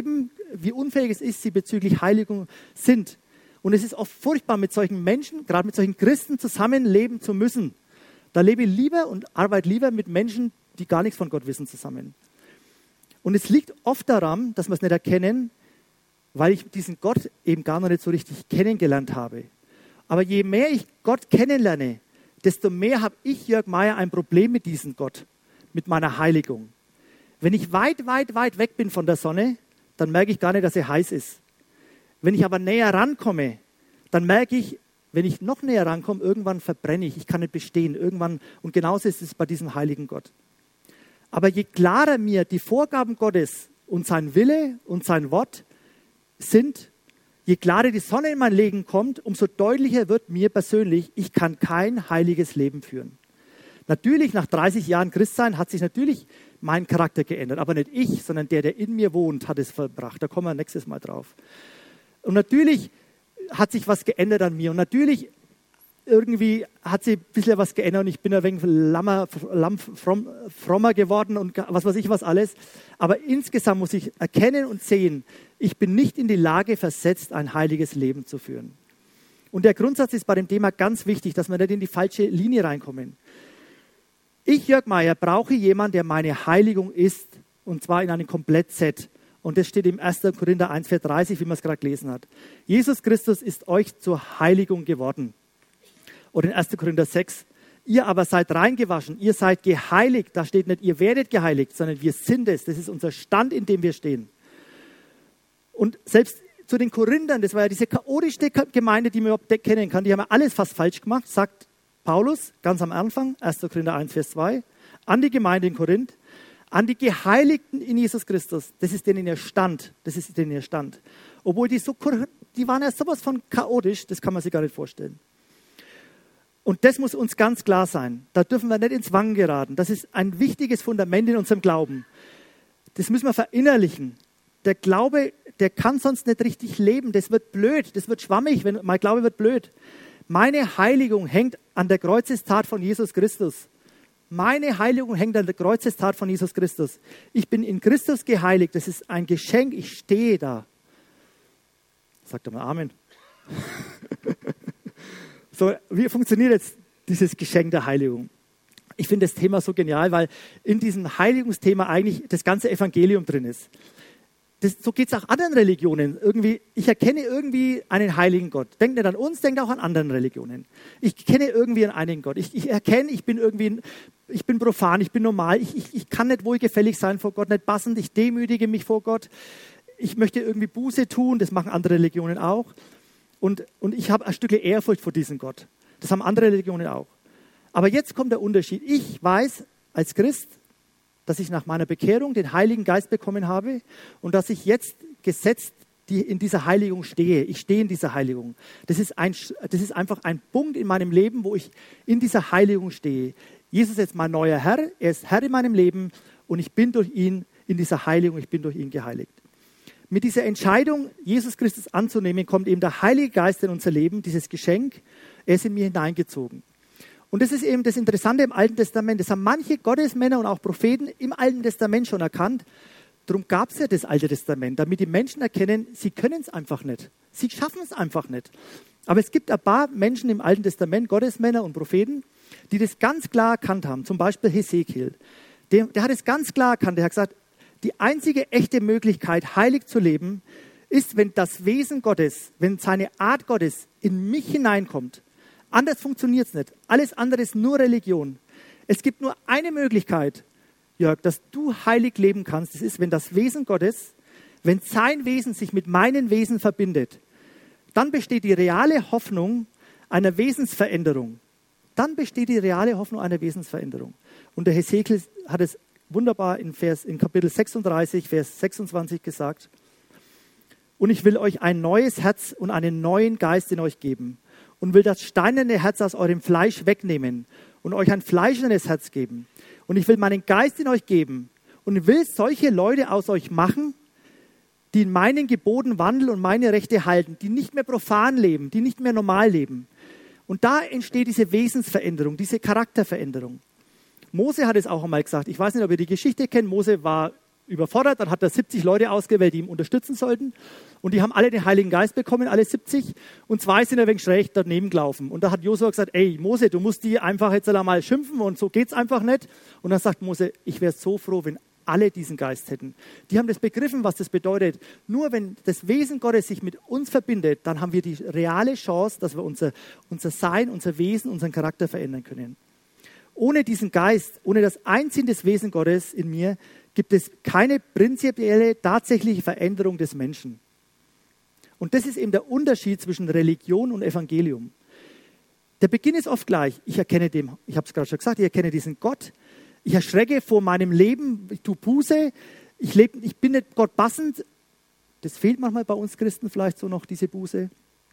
ist, sie bezüglich Heiligung sind. Und es ist oft furchtbar, mit solchen Menschen, gerade mit solchen Christen zusammenleben zu müssen. Da lebe ich lieber und arbeite lieber mit Menschen, die gar nichts von Gott wissen, zusammen. Und es liegt oft daran, dass wir es nicht erkennen, weil ich diesen Gott eben gar noch nicht so richtig kennengelernt habe. Aber je mehr ich Gott kennenlerne, desto mehr habe ich, Jörg Meier, ein Problem mit diesem Gott, mit meiner Heiligung. Wenn ich weit, weit, weit weg bin von der Sonne, dann merke ich gar nicht, dass sie heiß ist. Wenn ich aber näher rankomme, dann merke ich, wenn ich noch näher rankomme, irgendwann verbrenne ich. Ich kann nicht bestehen. Irgendwann, und genauso ist es bei diesem heiligen Gott. Aber je klarer mir die Vorgaben Gottes und sein Wille und sein Wort sind, je klarer die Sonne in mein Leben kommt, umso deutlicher wird mir persönlich, ich kann kein heiliges Leben führen. Natürlich, nach 30 Jahren Christsein hat sich natürlich mein Charakter geändert, aber nicht ich, sondern der in mir wohnt, hat es verbracht. Da kommen wir nächstes Mal drauf. Und natürlich hat sich was geändert an mir und natürlich irgendwie hat sich ein bisschen was geändert und ich bin ein wenig frommer geworden und was weiß ich was alles. Aber insgesamt muss ich erkennen und sehen, ich bin nicht in die Lage versetzt, ein heiliges Leben zu führen. Und der Grundsatz ist bei dem Thema ganz wichtig, dass wir nicht in die falsche Linie reinkommen. Ich, Jörg Meier, brauche jemanden, der meine Heiligung ist, und zwar in einem Komplettset. Und das steht im 1. Korinther 1, Vers 30, wie man es gerade gelesen hat. Jesus Christus ist euch zur Heiligung geworden. Oder in 1. Korinther 6, ihr aber seid reingewaschen, ihr seid geheiligt. Da steht nicht, ihr werdet geheiligt, sondern wir sind es. Das ist unser Stand, in dem wir stehen. Und selbst zu den Korinthern, das war ja diese chaotischste Gemeinde, die man überhaupt kennen kann, die haben ja alles fast falsch gemacht, sagt Paulus ganz am Anfang, 1. Korinther 1, Vers 2, an die Gemeinde in Korinth, an die Geheiligten in Jesus Christus. Das ist denen ihr Stand. Das ist denen ihr Stand. Obwohl die waren ja sowas von chaotisch, das kann man sich gar nicht vorstellen. Und das muss uns ganz klar sein. Da dürfen wir nicht ins Wanken geraten. Das ist ein wichtiges Fundament in unserem Glauben. Das müssen wir verinnerlichen. Der Glaube, der kann sonst nicht richtig leben. Das wird blöd, das wird schwammig. Mein Glaube wird blöd. Meine Heiligung hängt an der Kreuzestat von Jesus Christus. Meine Heiligung hängt an der Kreuzestat von Jesus Christus. Ich bin in Christus geheiligt. Das ist ein Geschenk. Ich stehe da. Sagt doch mal Amen. So, wie funktioniert jetzt dieses Geschenk der Heiligung? Ich finde das Thema so genial, weil in diesem Heiligungsthema eigentlich das ganze Evangelium drin ist. So geht es auch anderen Religionen. Ich erkenne irgendwie einen heiligen Gott. Denkt nicht an uns, denkt auch an anderen Religionen. Ich kenne irgendwie einen einigen Gott. Ich erkenne, ich bin profan, ich bin normal. Ich kann nicht wohlgefällig sein vor Gott, nicht passend. Ich demütige mich vor Gott. Ich möchte irgendwie Buße tun. Das machen andere Religionen auch. Und ich habe ein Stück Ehrfurcht vor diesem Gott. Das haben andere Religionen auch. Aber jetzt kommt der Unterschied. Ich weiß als Christ, dass ich nach meiner Bekehrung den Heiligen Geist bekommen habe und dass ich jetzt gesetzt in dieser Heiligung stehe. Ich stehe in dieser Heiligung. Das ist einfach ein Punkt in meinem Leben, wo ich in dieser Heiligung stehe. Jesus ist jetzt mein neuer Herr. Er ist Herr in meinem Leben und ich bin durch ihn in dieser Heiligung. Ich bin durch ihn geheiligt. Mit dieser Entscheidung, Jesus Christus anzunehmen, kommt eben der Heilige Geist in unser Leben, dieses Geschenk. Er ist in mir hineingezogen. Und das ist eben das Interessante im Alten Testament. Das haben manche Gottesmänner und auch Propheten im Alten Testament schon erkannt. Darum gab es ja das Alte Testament, damit die Menschen erkennen, sie können es einfach nicht. Sie schaffen es einfach nicht. Aber es gibt ein paar Menschen im Alten Testament, Gottesmänner und Propheten, die das ganz klar erkannt haben. Zum Beispiel Hesekiel. Der hat es ganz klar erkannt. Der hat gesagt, die einzige echte Möglichkeit, heilig zu leben, ist, wenn das Wesen Gottes, wenn seine Art Gottes in mich hineinkommt. Anders funktioniert es nicht. Alles andere ist nur Religion. Es gibt nur eine Möglichkeit, Jörg, dass du heilig leben kannst. Das ist, wenn das Wesen Gottes, wenn sein Wesen sich mit meinem Wesen verbindet. Dann besteht die reale Hoffnung einer Wesensveränderung. Dann besteht die reale Hoffnung einer Wesensveränderung. Und der Hesekiel hat es wunderbar in Kapitel 36, Vers 26 gesagt. Und ich will euch ein neues Herz und einen neuen Geist in euch geben. Und will das steinerne Herz aus eurem Fleisch wegnehmen und euch ein fleischendes Herz geben. Und ich will meinen Geist in euch geben und will solche Leute aus euch machen, die in meinen Geboten wandeln und meine Rechte halten, die nicht mehr profan leben, die nicht mehr normal leben. Und da entsteht diese Wesensveränderung, diese Charakterveränderung. Mose hat es auch einmal gesagt. Ich weiß nicht, ob ihr die Geschichte kennt. Mose war überfordert, dann hat er 70 Leute ausgewählt, die ihm unterstützen sollten. Und die haben alle den Heiligen Geist bekommen, alle 70. Und 2 sind ein wenig schräg daneben gelaufen. Und da hat Josua gesagt, ey Mose, du musst die einfach jetzt einmal schimpfen und so geht's einfach nicht. Und dann sagt Mose, ich wäre so froh, wenn alle diesen Geist hätten. Die haben das begriffen, was das bedeutet. Nur wenn das Wesen Gottes sich mit uns verbindet, dann haben wir die reale Chance, dass wir unser Sein, unser Wesen, unseren Charakter verändern können. Ohne diesen Geist, ohne das Einziehen des Wesen Gottes in mir, gibt es keine prinzipielle, tatsächliche Veränderung des Menschen. Und das ist eben der Unterschied zwischen Religion und Evangelium. Der Beginn ist oft gleich. Ich habe es gerade schon gesagt, ich erkenne diesen Gott. Ich erschrecke vor meinem Leben, ich tue Buße, ich bin nicht Gott passend. Das fehlt manchmal bei uns Christen vielleicht so noch, diese Buße.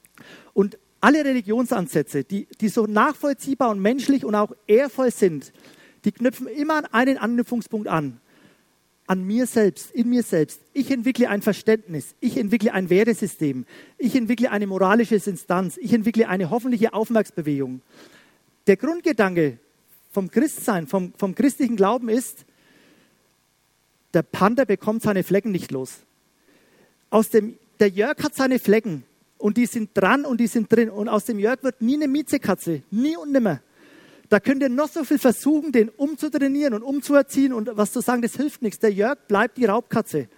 Und alle Religionsansätze, die so nachvollziehbar und menschlich und auch ehrvoll sind, die knüpfen immer an einen Anknüpfungspunkt an mir selbst, in mir selbst. Ich entwickle ein Verständnis, ich entwickle ein Wertesystem, ich entwickle eine moralische Instanz, ich entwickle eine hoffentliche Aufmerksbewegung. Der Grundgedanke vom Christsein, vom christlichen Glauben ist, der Panther bekommt seine Flecken nicht los. Der Jörg hat seine Flecken und die sind dran und die sind drin. Und aus dem Jörg wird nie eine Miezekatze, nie und nimmer. Da könnt ihr noch so viel versuchen, den umzutrainieren und umzuerziehen und was zu sagen, das hilft nichts. Der Jörg bleibt die Raubkatze.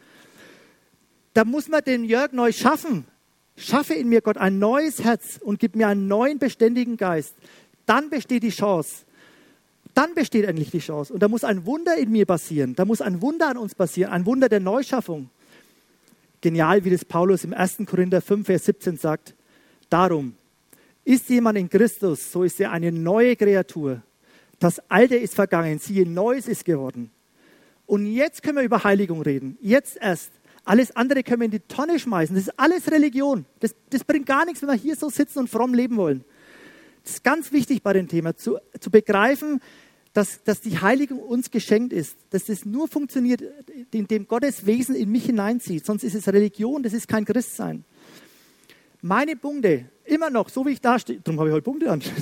Da muss man den Jörg neu schaffen. Schaffe in mir, Gott, ein neues Herz und gib mir einen neuen, beständigen Geist. Dann besteht die Chance. Dann besteht endlich die Chance. Und da muss ein Wunder in mir passieren. Da muss ein Wunder an uns passieren. Ein Wunder der Neuschaffung. Genial, wie das Paulus im 1. Korinther 5, Vers 17 sagt. Darum, ist jemand in Christus, so ist er eine neue Kreatur. Das Alte ist vergangen, siehe, Neues ist geworden. Und jetzt können wir über Heiligung reden. Jetzt erst. Alles andere können wir in die Tonne schmeißen. Das ist alles Religion. Das bringt gar nichts, wenn wir hier so sitzen und fromm leben wollen. Das ist ganz wichtig bei dem Thema, zu begreifen, dass die Heiligung uns geschenkt ist. Dass das nur funktioniert, indem Gottes Wesen in mich hineinzieht. Sonst ist es Religion, das ist kein Christsein. Meine Punkte, immer noch, so wie ich da stehe, darum habe ich heute Punkte an.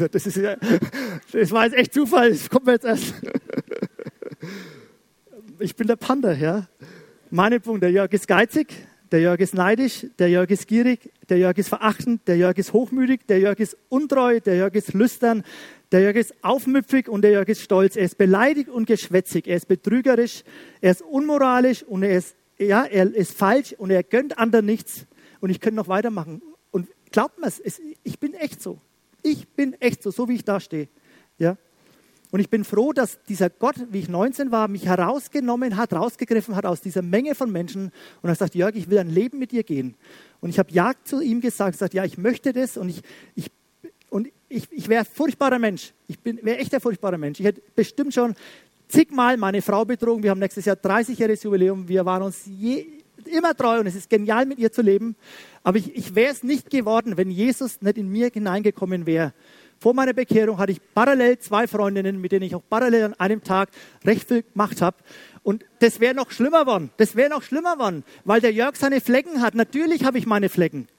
Das war jetzt echt Zufall, das kommt mir jetzt erst. Ich bin der Panther, ja. Meine Punkte, Jörg ist geizig, der Jörg ist neidisch, der Jörg ist gierig, der Jörg ist verachtend, der Jörg ist hochmütig, der Jörg ist untreu, der Jörg ist lüstern, der Jörg ist aufmüpfig und der Jörg ist stolz. Er ist beleidigt und geschwätzig, er ist betrügerisch, er ist unmoralisch und er ist falsch und er gönnt anderen nichts. Und ich könnte noch weitermachen. Und glaubt mir es, ich bin echt so. Ich bin echt so wie ich da stehe. Ja? Und ich bin froh, dass dieser Gott, wie ich 19 war, mich rausgegriffen hat aus dieser Menge von Menschen und hat gesagt, Jörg, ich will ein Leben mit dir gehen. Und ich habe ja zu ihm gesagt, ja, ich möchte das und ich wäre ein furchtbarer Mensch. Ich wäre echt ein furchtbarer Mensch. Ich hätte bestimmt schon zigmal meine Frau betrogen. Wir haben nächstes Jahr 30-jähriges Jubiläum. Wir waren uns immer treu und es ist genial, mit ihr zu leben. Aber ich wäre es nicht geworden, wenn Jesus nicht in mir hineingekommen wäre. Vor meiner Bekehrung hatte ich parallel 2 Freundinnen, mit denen ich auch parallel an einem Tag recht viel gemacht habe. Und das wäre noch schlimmer geworden. Weil der Jörg seine Flecken hat. Natürlich habe ich meine Flecken.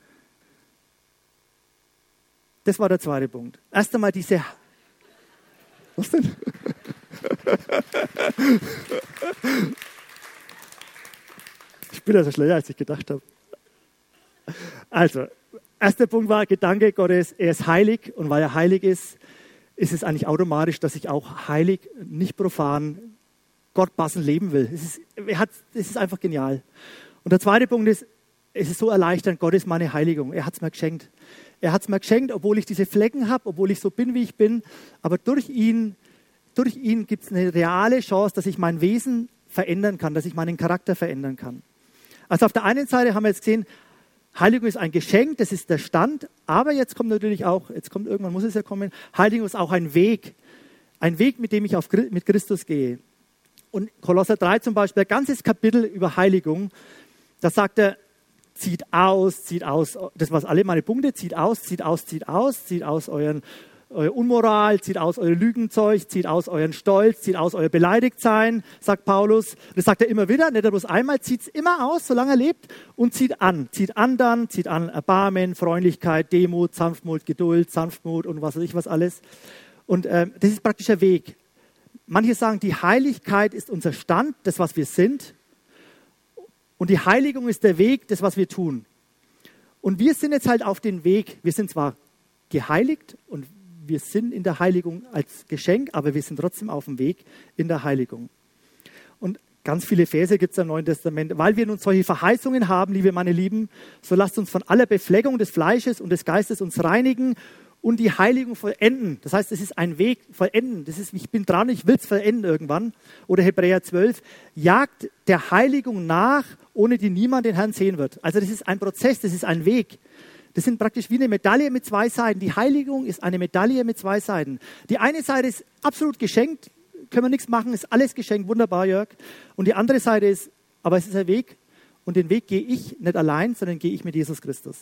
Das war der zweite Punkt. Erst einmal diese... Was denn? Ich bin also schneller, als ich gedacht habe. Also... Erster Punkt war Gedanke Gottes, er ist heilig und weil er heilig ist, ist es eigentlich automatisch, dass ich auch heilig, nicht profan, Gott passend leben will. Es ist einfach genial. Und der zweite Punkt ist, es ist so erleichternd, Gott ist meine Heiligung. Er hat es mir geschenkt. Er hat es mir geschenkt, obwohl ich diese Flecken habe, obwohl ich so bin, wie ich bin. Aber durch ihn gibt es eine reale Chance, dass ich mein Wesen verändern kann, dass ich meinen Charakter verändern kann. Also auf der einen Seite haben wir jetzt gesehen, Heiligung ist ein Geschenk, das ist der Stand, aber jetzt kommt natürlich auch, irgendwann muss es ja kommen, Heiligung ist auch ein Weg, mit dem ich mit Christus gehe. Und Kolosser 3 zum Beispiel, ein ganzes Kapitel über Heiligung, da sagt er, zieht aus, das waren alle meine Punkte, zieht aus eure Unmoral, zieht aus euer Lügenzeug, zieht aus euren Stolz, zieht aus euer Beleidigtsein, sagt Paulus. Das sagt er immer wieder, nicht bloß einmal, zieht es immer aus, solange er lebt und zieht an Erbarmen, Freundlichkeit, Demut, Sanftmut, Geduld, Sanftmut und was weiß ich was alles. Und das ist praktisch der Weg. Manche sagen, die Heiligkeit ist unser Stand, das was wir sind und die Heiligung ist der Weg, das was wir tun. Und wir sind jetzt halt auf dem Weg, wir sind zwar geheiligt und wir sind in der Heiligung als Geschenk, aber wir sind trotzdem auf dem Weg in der Heiligung. Und ganz viele Verse gibt es im Neuen Testament. Weil wir nun solche Verheißungen haben, liebe meine Lieben, so lasst uns von aller Befleckung des Fleisches und des Geistes uns reinigen und die Heiligung vollenden. Das heißt, es ist ein Weg, vollenden. Das ist, ich bin dran, ich will es vollenden irgendwann. Oder Hebräer 12, jagt der Heiligung nach, ohne die niemand den Herrn sehen wird. Also das ist ein Prozess, das ist ein Weg. Das sind praktisch wie eine Medaille mit 2 Seiten. Die Heiligung ist eine Medaille mit 2 Seiten. Die eine Seite ist absolut geschenkt, können wir nichts machen, ist alles geschenkt, wunderbar, Jörg. Und die andere Seite ist, aber es ist ein Weg und den Weg gehe ich nicht allein, sondern gehe ich mit Jesus Christus.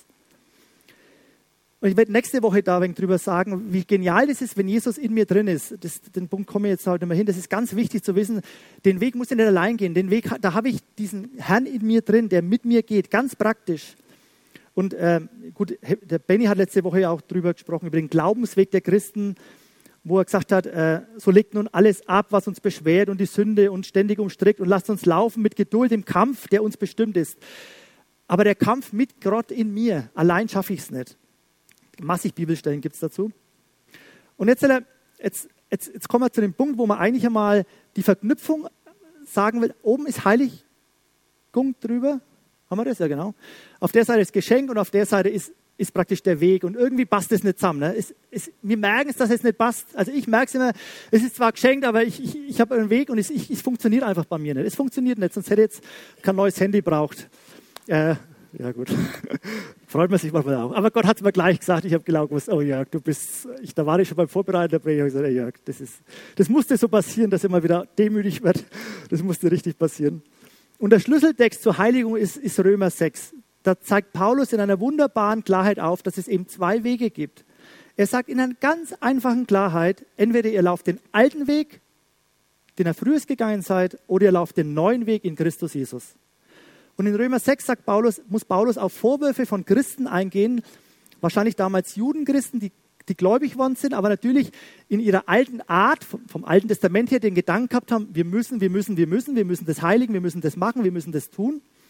Und ich werde nächste Woche da ein wenig drüber sagen, wie genial das ist, wenn Jesus in mir drin ist. Den Punkt komme ich jetzt halt immer hin. Das ist ganz wichtig zu wissen, den Weg muss ich nicht allein gehen. Den Weg, da habe ich diesen Herrn in mir drin, der mit mir geht, ganz praktisch. Und gut, der Benny hat letzte Woche ja auch drüber gesprochen, über den Glaubensweg der Christen, wo er gesagt hat, so legt nun alles ab, was uns beschwert und die Sünde uns ständig umstrickt und lasst uns laufen mit Geduld im Kampf, der uns bestimmt ist. Aber der Kampf mit Gott in mir, allein schaffe ich es nicht. Massig Bibelstellen gibt es dazu. Und jetzt kommen wir zu dem Punkt, wo man eigentlich einmal die Verknüpfung sagen will, oben ist Heiligung drüber. Haben wir das? Ja, genau. Auf der Seite ist Geschenk und auf der Seite ist praktisch der Weg. Und irgendwie passt das nicht zusammen. Ne? Wir merken es, dass es nicht passt. Also ich merke es immer, es ist zwar geschenkt, aber ich habe einen Weg und es funktioniert einfach bei mir nicht. Es funktioniert nicht, sonst hätte ich jetzt kein neues Handy braucht. Ja gut, freut man sich manchmal auch. Aber Gott hat es mir gleich gesagt, ich habe genau gewusst, oh Jörg, da war ich schon beim Vorbereiten der Predigt, ich habe gesagt, Jörg, das musste so passieren, dass er mal wieder demütig wird. Das musste richtig passieren. Und der Schlüsseltext zur Heiligung ist Römer 6. Da zeigt Paulus in einer wunderbaren Klarheit auf, dass es eben 2 Wege gibt. Er sagt in einer ganz einfachen Klarheit, entweder ihr lauft den alten Weg, den ihr früher gegangen seid, oder ihr lauft den neuen Weg in Christus Jesus. Und in Römer 6 muss Paulus auf Vorwürfe von Christen eingehen, wahrscheinlich damals Judenchristen, die gläubig worden sind, aber natürlich in ihrer alten Art, vom Alten Testament her, den Gedanken gehabt haben, wir müssen das heiligen, wir müssen das machen, wir müssen das tun.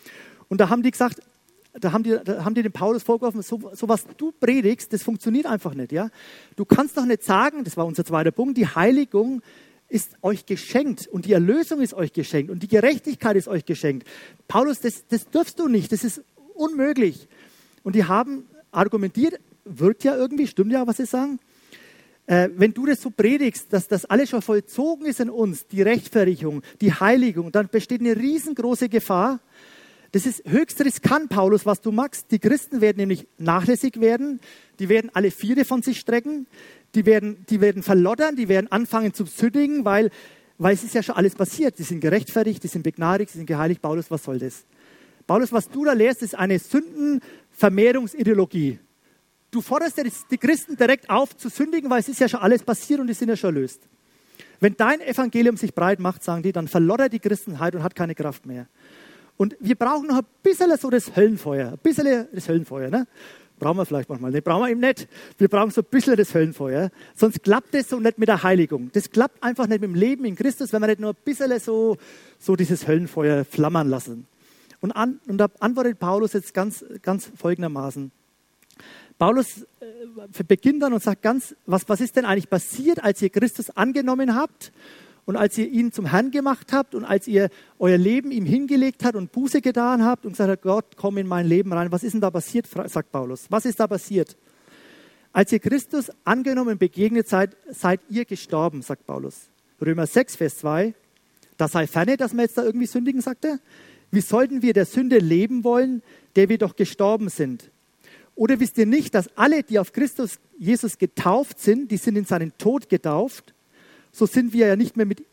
Und da haben die gesagt, da haben die dem Paulus vorgeworfen, so was du predigst, das funktioniert einfach nicht. Ja? Du kannst doch nicht sagen, das war unser zweiter Punkt, die Heiligung ist euch geschenkt und die Erlösung ist euch geschenkt und die Gerechtigkeit ist euch geschenkt. Paulus, das dürfst du nicht, das ist unmöglich. Und die haben argumentiert, wirkt ja irgendwie, stimmt ja, was sie sagen. Wenn du das so predigst, dass das alles schon vollzogen ist in uns, die Rechtfertigung, die Heiligung, dann besteht eine riesengroße Gefahr. Das ist höchst riskant, Paulus, was du machst. Die Christen werden nämlich nachlässig werden, die werden alle Viere von sich strecken, die werden verloddern, die werden anfangen zu sündigen, weil es ist ja schon alles passiert. Die sind gerechtfertigt, die sind begnadigt, die sind geheiligt. Paulus, was soll das? Paulus, was du da lehrst, ist eine Sündenvermehrungsideologie. Du forderst ja die Christen direkt auf zu sündigen, weil es ist ja schon alles passiert und die sind ja schon erlöst. Wenn dein Evangelium sich breit macht, sagen die, dann verloddert die Christenheit und hat keine Kraft mehr. Und wir brauchen noch ein bisschen so das Höllenfeuer. Ein bisschen das Höllenfeuer, ne? Brauchen wir vielleicht manchmal. Ne, brauchen wir eben nicht. Wir brauchen so ein bisschen das Höllenfeuer. Sonst klappt das so nicht mit der Heiligung. Das klappt einfach nicht mit dem Leben in Christus, wenn wir nicht nur ein bisschen so dieses Höllenfeuer flammern lassen. Und da antwortet Paulus jetzt ganz folgendermaßen. Paulus beginnt dann und sagt was ist denn eigentlich passiert, als ihr Christus angenommen habt und als ihr ihn zum Herrn gemacht habt und als ihr euer Leben ihm hingelegt habt und Buße getan habt und gesagt habt, Gott, komm in mein Leben rein. Was ist denn da passiert, sagt Paulus. Was ist da passiert? Als ihr Christus angenommen begegnet seid, seid ihr gestorben, sagt Paulus. Römer 6, Vers 2. Da sei ferne, dass wir jetzt da irgendwie sündigen, sagt er. Wie sollten wir der Sünde leben wollen, der wir doch gestorben sind? Oder wisst ihr nicht, dass alle, die auf Christus Jesus getauft sind, die sind in seinen Tod getauft? So sind wir ja nicht mehr mit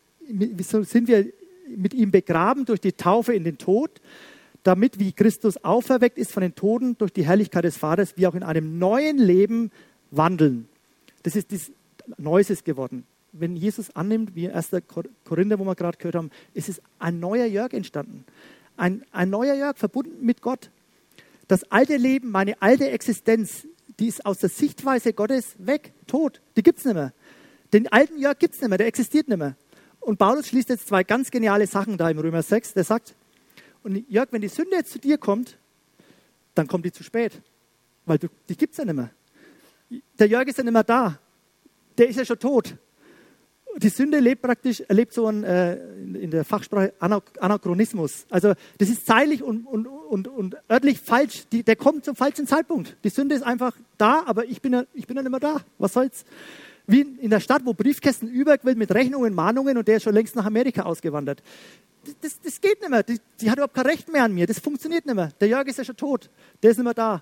ihm begraben durch die Taufe in den Tod, damit, wie Christus auferweckt ist von den Toten durch die Herrlichkeit des Vaters, wir auch in einem neuen Leben wandeln. Das ist Neues ist geworden. Wenn Jesus annimmt, wie 1. Korinther, wo wir gerade gehört haben, es ist ein neuer Jörg entstanden. Ein neuer Jörg verbunden mit Gott. Das alte Leben, meine alte Existenz, die ist aus der Sichtweise Gottes weg, tot. Die gibt es nicht mehr. Den alten Jörg gibt es nicht mehr, der existiert nicht mehr. Und Paulus schließt jetzt zwei ganz geniale Sachen da im Römer 6. Der sagt, und Jörg, wenn die Sünde jetzt zu dir kommt, dann kommt die zu spät. Weil die gibt es ja nicht mehr. Der Jörg ist ja nicht mehr da. Der ist ja schon tot. Die Sünde erlebt so in der Fachsprache Anachronismus. Also das ist zeitlich und örtlich falsch. Der kommt zum falschen Zeitpunkt. Die Sünde ist einfach da, aber ich bin ja nicht mehr da. Was soll's? Wie in der Stadt, wo Briefkästen überquillt mit Rechnungen, Mahnungen und der ist schon längst nach Amerika ausgewandert. Das geht nicht mehr. Die hat überhaupt kein Recht mehr an mir. Das funktioniert nicht mehr. Der Jörg ist ja schon tot. Der ist nicht mehr da.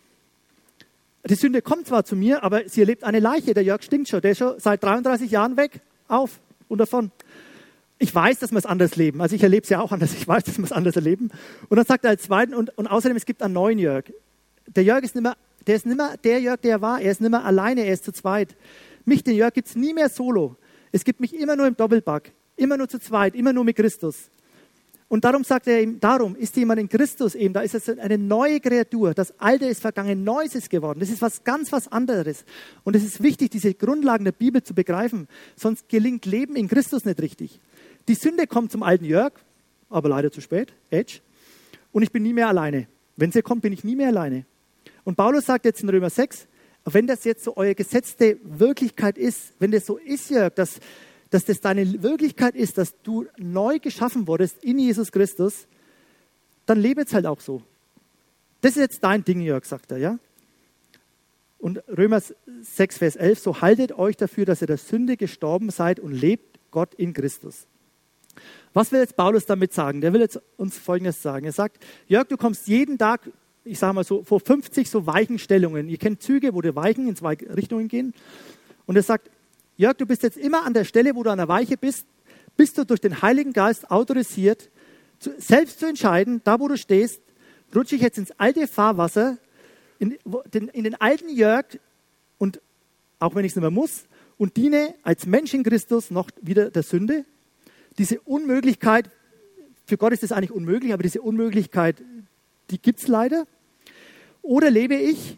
Die Sünde kommt zwar zu mir, aber sie erlebt eine Leiche. Der Jörg stinkt schon. Der ist schon seit 33 Jahren weg. Auf und davon. Ich weiß, dass wir es anders leben. Also ich erlebe es ja auch anders. Ich weiß, dass wir es anders erleben. Und dann sagt er als Zweiten, und außerdem, es gibt einen neuen Jörg. Der Jörg ist nicht mehr der Jörg, der er war. Er ist nicht mehr alleine, er ist zu zweit. Mich, den Jörg, gibt es nie mehr solo. Es gibt mich immer nur im Doppelpack. Immer nur zu zweit, immer nur mit Christus. Und darum sagt er ihm, darum ist jemand in Christus eben, da ist es eine neue Kreatur. Das Alte ist vergangen, Neues ist geworden. Das ist was anderes. Und es ist wichtig, diese Grundlagen der Bibel zu begreifen. Sonst gelingt Leben in Christus nicht richtig. Die Sünde kommt zum alten Jörg, aber leider zu spät, Edge. Und ich bin nie mehr alleine. Wenn sie kommt, bin ich nie mehr alleine. Und Paulus sagt jetzt in Römer 6, wenn das jetzt so eure gesetzte Wirklichkeit ist, wenn das so ist, Jörg, dass das deine Wirklichkeit ist, dass du neu geschaffen wurdest in Jesus Christus, dann lebe jetzt halt auch so. Das ist jetzt dein Ding, Jörg, sagt er, ja? Und Römer 6, Vers 11, so haltet euch dafür, dass ihr der Sünde gestorben seid und lebt Gott in Christus. Was will jetzt Paulus damit sagen? Der will jetzt uns Folgendes sagen. Er sagt, Jörg, du kommst jeden Tag, ich sage mal so, vor 50 so Weichenstellungen. Ihr kennt Züge, wo die Weichen in zwei Richtungen gehen. Und er sagt, Jörg, du bist jetzt immer an der Stelle, wo du an der Weiche bist du durch den Heiligen Geist autorisiert, selbst zu entscheiden, da wo du stehst, rutsche ich jetzt ins alte Fahrwasser, in den alten Jörg, und auch wenn ich es nicht mehr muss, und diene als Mensch in Christus noch wieder der Sünde. Diese Unmöglichkeit, für Gott ist das eigentlich unmöglich, aber diese Unmöglichkeit, die gibt es leider. Oder lebe ich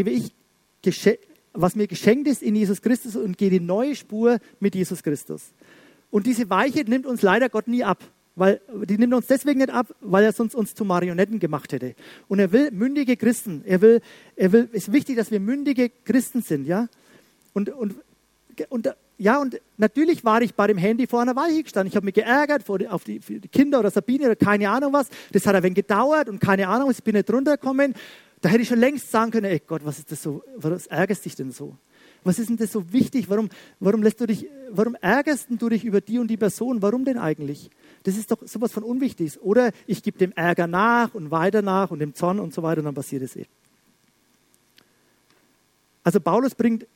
was mir geschenkt ist in Jesus Christus und gehe die neue Spur mit Jesus Christus. Und diese Weiche nimmt uns leider Gott nie ab. weil die nimmt er uns deswegen nicht ab, weil er sonst uns zu Marionetten gemacht hätte. Und er will mündige Christen. Es ist wichtig, dass wir mündige Christen sind, ja. Und natürlich war ich bei dem Handy vor einer Weile gestanden. Ich habe mich geärgert für die Kinder oder Sabine oder keine Ahnung was. Das hat ein wenig gedauert und keine Ahnung was. Ich bin nicht runtergekommen. Da hätte ich schon längst sagen können, ey Gott, was ist das so? Was ärgerst dich denn so? Was ist denn das so wichtig? Warum ärgerst du dich über die und die Person? Warum denn eigentlich? Das ist doch sowas von Unwichtiges. Oder ich gebe dem Ärger nach und weiter nach und dem Zorn und so weiter und dann passiert es eh. Also Paulus bringt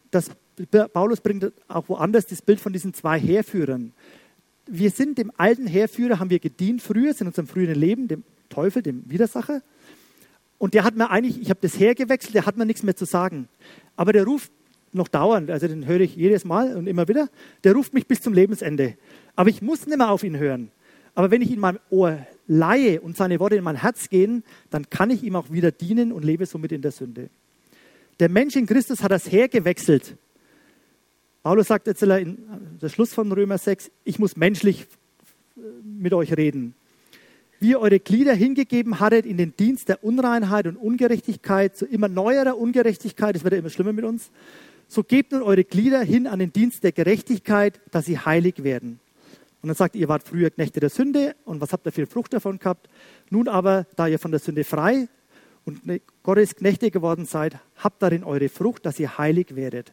auch woanders das Bild von diesen 2 Heerführern. Wir sind dem alten Heerführer, haben wir gedient früher, in unserem früheren Leben, dem Teufel, dem Widersacher. Und der hat mir eigentlich, ich habe das Heer gewechselt, der hat mir nichts mehr zu sagen. Aber der ruft noch dauernd, also den höre ich jedes Mal und immer wieder, der ruft mich bis zum Lebensende. Aber ich muss nicht mehr auf ihn hören. Aber wenn ich ihn mein Ohr leihe und seine Worte in mein Herz gehen, dann kann ich ihm auch wieder dienen und lebe somit in der Sünde. Der Mensch in Christus hat das Heer gewechselt. Paulus sagt jetzt in der Schluss von Römer 6, ich muss menschlich mit euch reden. Wie ihr eure Glieder hingegeben hattet in den Dienst der Unreinheit und Ungerechtigkeit, zu immer neuerer Ungerechtigkeit, das wird ja immer schlimmer mit uns, so gebt nun eure Glieder hin an den Dienst der Gerechtigkeit, dass sie heilig werden. Und dann sagt ihr wart früher Knechte der Sünde und was habt ihr viel Frucht davon gehabt? Nun aber, da ihr von der Sünde frei und Gottes Knechte geworden seid, habt darin eure Frucht, dass ihr heilig werdet.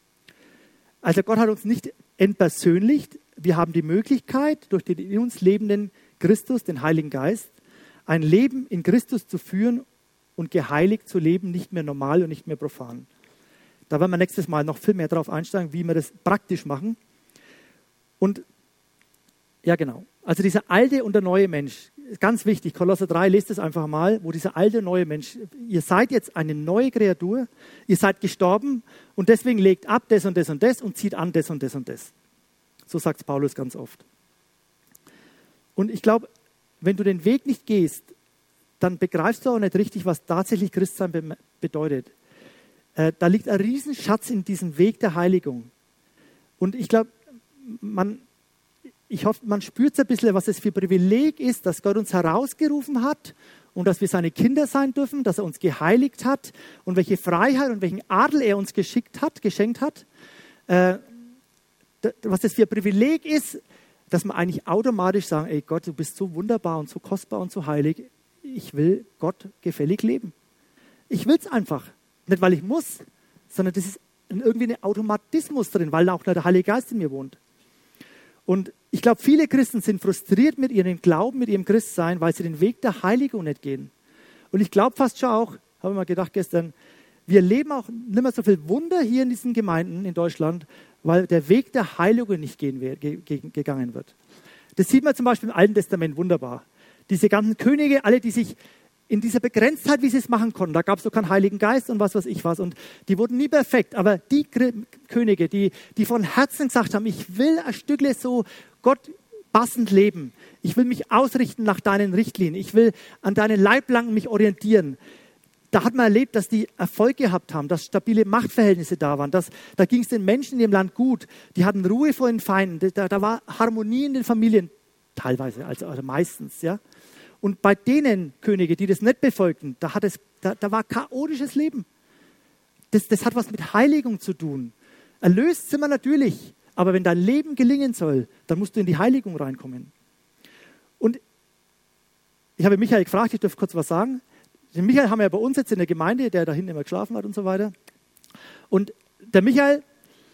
Also Gott hat uns nicht entpersönlicht. Wir haben die Möglichkeit, durch den in uns lebenden Christus, den Heiligen Geist, ein Leben in Christus zu führen und geheiligt zu leben, nicht mehr normal und nicht mehr profan. Da werden wir nächstes Mal noch viel mehr darauf einsteigen, wie wir das praktisch machen. Und ja genau, also dieser alte und der neue Mensch, ganz wichtig, Kolosser 3, lest es einfach mal, wo dieser alte und neue Mensch, ihr seid jetzt eine neue Kreatur, ihr seid gestorben und deswegen legt ab das und das und das und zieht an das und das und das. So sagt es Paulus ganz oft. Und ich glaube, wenn du den Weg nicht gehst, dann begreifst du auch nicht richtig, was tatsächlich Christsein bedeutet. Da liegt ein Riesenschatz in diesem Weg der Heiligung. Und ich glaube, ich hoffe, man spürt ein bisschen, was es für ein Privileg ist, dass Gott uns herausgerufen hat und dass wir seine Kinder sein dürfen, dass er uns geheiligt hat und welche Freiheit und welchen Adel er uns geschenkt hat. Was das für ein Privileg ist, dass wir eigentlich automatisch sagen, ey Gott, du bist so wunderbar und so kostbar und so heilig. Ich will Gott gefällig leben. Ich will es einfach. Nicht, weil ich muss, sondern das ist irgendwie ein Automatismus drin, weil auch der Heilige Geist in mir wohnt. Und ich glaube, viele Christen sind frustriert mit ihrem Glauben, mit ihrem Christsein, weil sie den Weg der Heiligung nicht gehen. Und ich glaube fast schon auch, habe ich mal gedacht gestern, wir erleben auch nicht mehr so viel Wunder hier in diesen Gemeinden in Deutschland, weil der Weg der Heiligung nicht gegangen wird. Das sieht man zum Beispiel im Alten Testament wunderbar. Diese ganzen Könige, alle, die sich in dieser Begrenztheit, wie sie es machen konnten, da gab es so keinen Heiligen Geist und was weiß ich was. Und die wurden nie perfekt. Aber die Könige, die von Herzen gesagt haben, ich will ein Stückle so Gott passend leben. Ich will mich ausrichten nach deinen Richtlinien. Ich will an deinen Leitplanken mich orientieren. Da hat man erlebt, dass die Erfolg gehabt haben, dass stabile Machtverhältnisse da waren. Da ging es den Menschen in dem Land gut. Die hatten Ruhe vor den Feinden. Da war Harmonie in den Familien, teilweise, also meistens. Ja. Und bei denen Könige, die das nicht befolgten, da war chaotisches Leben. Das hat was mit Heiligung zu tun. Erlöst sind wir natürlich, aber wenn dein Leben gelingen soll, dann musst du in die Heiligung reinkommen. Und ich habe Michael gefragt, ich darf kurz was sagen. Den Michael haben wir ja bei uns jetzt in der Gemeinde, der da hinten immer geschlafen hat und so weiter. Und der Michael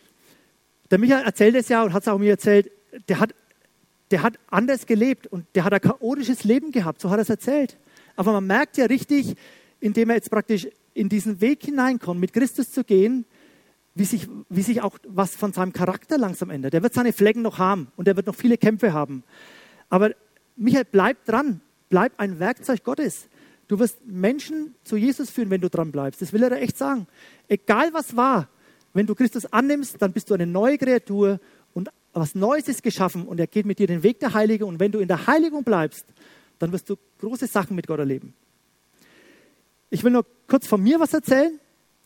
erzählt es ja und hat es auch mir erzählt, der hat anders gelebt und der hat ein chaotisches Leben gehabt, so hat er es erzählt. Aber man merkt ja richtig, indem er jetzt praktisch in diesen Weg hineinkommt, mit Christus zu gehen, wie sich auch was von seinem Charakter langsam ändert. Der wird seine Flecken noch haben und er wird noch viele Kämpfe haben. Aber Michael, bleib dran, bleib ein Werkzeug Gottes. Du wirst Menschen zu Jesus führen, wenn du dran bleibst. Das will er da echt sagen. Egal was war, wenn du Christus annimmst, dann bist du eine neue Kreatur und was Neues ist geschaffen und er geht mit dir den Weg der Heiligung. Und wenn du in der Heiligung bleibst, dann wirst du große Sachen mit Gott erleben. Ich will nur kurz von mir was erzählen.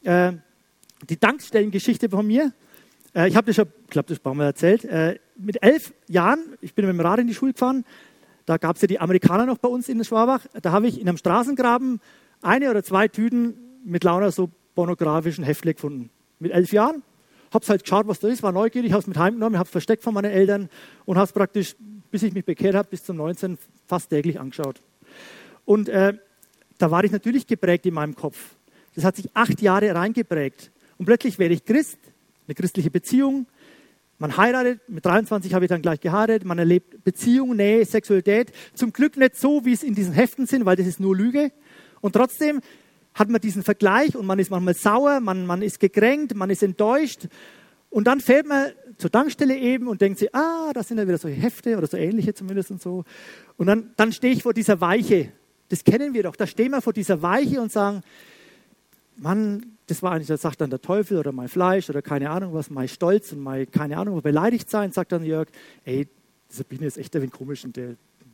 Die Tankstellengeschichte von mir. Ich habe das schon, ich glaube, das ein paar Mal erzählt. Mit 11 Jahren, ich bin mit dem Rad in die Schule gefahren, Da gab es ja die Amerikaner noch bei uns in Schwabach. Da habe ich in einem Straßengraben 1 oder 2 Tüten mit lauter so pornografischen Heftle gefunden. Mit 11 Jahren. Habe es halt geschaut, was da ist, war neugierig, habe es mit heimgenommen, habe es versteckt von meinen Eltern und habe es praktisch, bis ich mich bekehrt habe, bis zum 19 fast täglich angeschaut. Und da war ich natürlich geprägt in meinem Kopf. Das hat sich 8 Jahre reingeprägt. Und plötzlich werde ich Christ, eine christliche Beziehung. Man heiratet, mit 23 habe ich dann gleich geheiratet, man erlebt Beziehung, Nähe, Sexualität. Zum Glück nicht so, wie es in diesen Heften sind, weil das ist nur Lüge. Und trotzdem hat man diesen Vergleich und man ist manchmal sauer, man ist gekränkt, man ist enttäuscht. Und dann fährt man zur Tankstelle eben und denkt sich, da sind ja wieder solche Hefte oder so ähnliche zumindest und so. Und dann stehe ich vor dieser Weiche. Das kennen wir doch. Da stehen wir vor dieser Weiche und sagen, Mann, das war eigentlich, das sagt dann der Teufel oder mein Fleisch oder keine Ahnung was, mein Stolz und mein, keine Ahnung, beleidigt sein, sagt dann Jörg, ey, Sabine ist echt ein wenig komisch und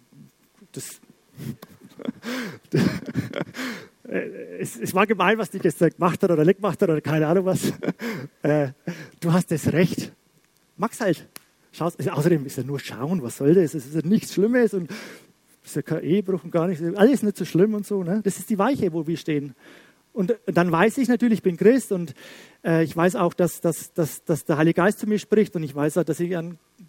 es war gemein, was die gestern gemacht hat oder nicht gemacht hat oder keine Ahnung was. Du hast das Recht. Mag's halt. Außerdem ist ja nur schauen, was soll das? Es ist ja nichts Schlimmes und es ist ja kein Ehebruch und gar nichts. Alles nicht so schlimm und so. Ne? Das ist die Weiche, wo wir stehen. Und dann weiß ich natürlich, ich bin Christ und ich weiß auch, dass der Heilige Geist zu mir spricht und ich weiß auch, dass ich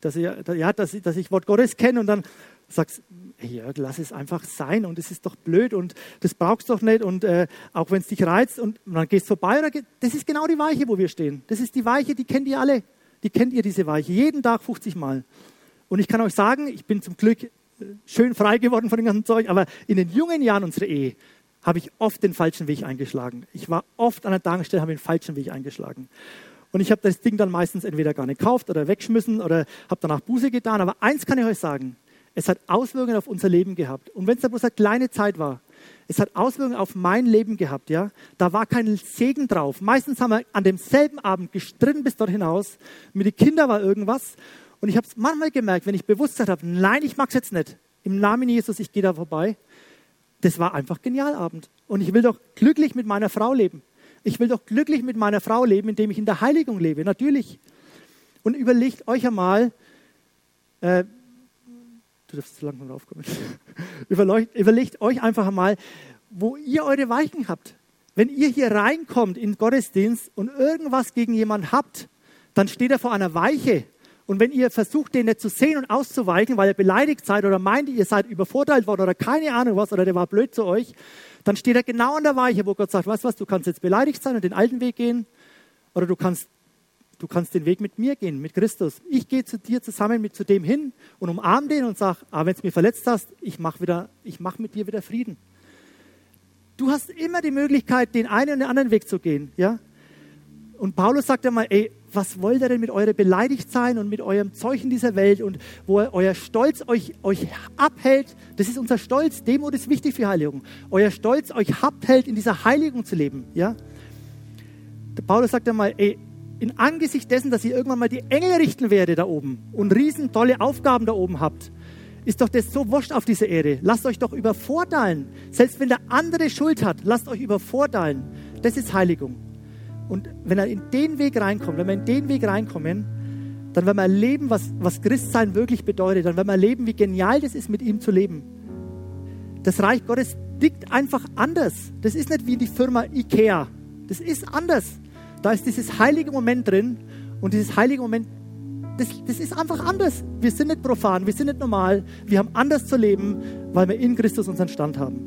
Wort Gottes kenne und dann sagst, hey Jörg, lass es einfach sein und es ist doch blöd und das brauchst du doch nicht und auch wenn es dich reizt und dann gehst du vorbei, das ist genau die Weiche, wo wir stehen. Das ist die Weiche, die kennt ihr alle, die kennt ihr diese Weiche, jeden Tag 50 Mal. Und ich kann euch sagen, ich bin zum Glück schön frei geworden von dem ganzen Zeug, aber in den jungen Jahren unserer Ehe habe ich oft den falschen Weg eingeschlagen. Ich war oft an der Tankstelle, habe den falschen Weg eingeschlagen. Und ich habe das Ding dann meistens entweder gar nicht gekauft oder weggeschmissen oder habe danach Buße getan. Aber eins kann ich euch sagen, es hat Auswirkungen auf unser Leben gehabt. Und wenn es da bloß eine kleine Zeit war, es hat Auswirkungen auf mein Leben gehabt. Ja? Da war kein Segen drauf. Meistens haben wir an demselben Abend gestritten bis dort hinaus. Mit den Kindern war irgendwas. Und ich habe es manchmal gemerkt, wenn ich bewusst gesagt habe, nein, ich mag es jetzt nicht. Im Namen Jesus, ich gehe da vorbei. Das war einfach genial Abend. Und ich will doch glücklich mit meiner Frau leben. Ich will doch glücklich mit meiner Frau leben, indem ich in der Heiligung lebe. Natürlich. Und überlegt euch einmal, du darfst so langsam draufkommen. Überlegt euch einfach einmal, wo ihr eure Weichen habt. Wenn ihr hier reinkommt in den Gottesdienst und irgendwas gegen jemanden habt, dann steht er vor einer Weiche. Und wenn ihr versucht, den nicht zu sehen und auszuweichen, weil ihr beleidigt seid oder meint, ihr seid übervorteilt worden oder keine Ahnung was, oder der war blöd zu euch, dann steht er genau an der Weiche, wo Gott sagt, weißt du was, du kannst jetzt beleidigt sein und den alten Weg gehen oder du kannst den Weg mit mir gehen, mit Christus. Ich gehe zu dir zusammen zu dem hin und umarme den und sage, wenn du mich verletzt hast, ich mach mit dir wieder Frieden. Du hast immer die Möglichkeit, den einen und den anderen Weg zu gehen, ja? Und Paulus sagt ja mal, ey, was wollt ihr denn mit eurem Beleidigtsein und mit eurem Zeug in dieser Welt und wo euer Stolz euch abhält, das ist unser Stolz, Demut ist wichtig für Heiligung. Euer Stolz euch abhält, in dieser Heiligung zu leben, ja? Der Paulus sagt ja mal, ey, in Angesicht dessen, dass ihr irgendwann mal die Engel richten werdet da oben und riesen tolle Aufgaben da oben habt, ist doch das so wurscht auf dieser Erde. Lasst euch doch übervorteilen. Selbst wenn der andere Schuld hat, lasst euch übervorteilen. Das ist Heiligung. Und wenn wir in den Weg reinkommen, dann werden wir erleben, was Christsein wirklich bedeutet. Dann werden wir erleben, wie genial das ist, mit ihm zu leben. Das Reich Gottes tickt einfach anders. Das ist nicht wie die Firma Ikea. Das ist anders. Da ist dieses heilige Moment drin und dieses heilige Moment, das ist einfach anders. Wir sind nicht profan, wir sind nicht normal. Wir haben anders zu leben, weil wir in Christus unseren Stand haben.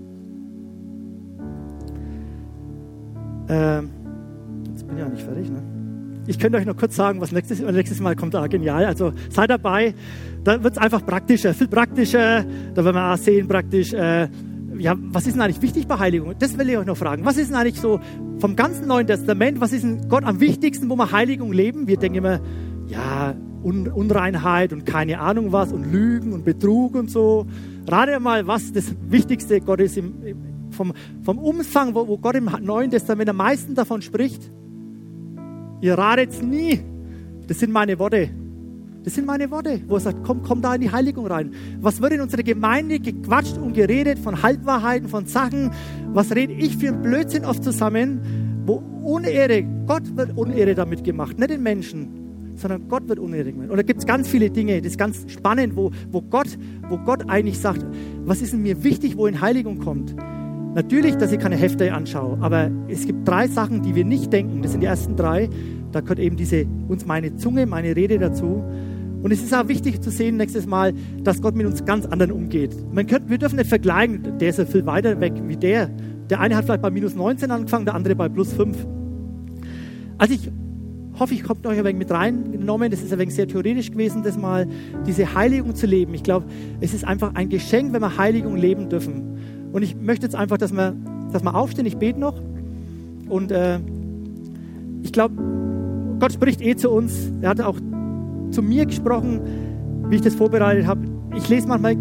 Jetzt bin ich ja nicht fertig, ne? Ich könnte euch noch kurz sagen, was nächstes Mal kommt. Genial. Also seid dabei. Da wird es einfach praktischer, viel praktischer. Da werden wir auch sehen praktisch, was ist denn eigentlich wichtig bei Heiligung? Das will ich euch noch fragen. Was ist denn eigentlich so vom ganzen Neuen Testament, was ist denn Gott am wichtigsten, wo wir Heiligung leben? Wir denken immer, ja, Unreinheit und keine Ahnung was und Lügen und Betrug und so. Rate mal, was das Wichtigste Gott ist vom Umfang, wo Gott im Neuen Testament am meisten davon spricht. Ihr ratet's nie. Das sind meine Worte. Das sind meine Worte, wo er sagt, komm da in die Heiligung rein. Was wird in unserer Gemeinde gequatscht und geredet von Halbwahrheiten, von Sachen? Was rede ich für einen Blödsinn oft zusammen? Wo Unehre, Gott wird Unehre damit gemacht, nicht den Menschen. sondern Gott wird unenig werden. Und da gibt es ganz viele Dinge, das ist ganz spannend, wo Gott eigentlich sagt, was ist denn mir wichtig, wo in Heiligung kommt. Natürlich, dass ich keine Hefte anschaue, aber es gibt 3 Sachen, die wir nicht denken. Das sind die ersten 3. Da gehört eben meine Zunge, meine Rede dazu. Und es ist auch wichtig zu sehen nächstes Mal, dass Gott mit uns ganz anderen umgeht. Wir dürfen nicht vergleichen, der ist ja viel weiter weg wie der. Der eine hat vielleicht bei minus 19 angefangen, der andere bei plus 5. Also ich hoffe, ich habe euch ein wenig mit reingenommen. Das ist ein wenig sehr theoretisch gewesen, das mal, diese Heiligung zu leben. Ich glaube, es ist einfach ein Geschenk, wenn wir Heiligung leben dürfen. Und ich möchte jetzt einfach, dass wir aufstehen. Ich bete noch. Und ich glaube, Gott spricht zu uns. Er hat auch zu mir gesprochen, wie ich das vorbereitet habe. Ich lese manchmal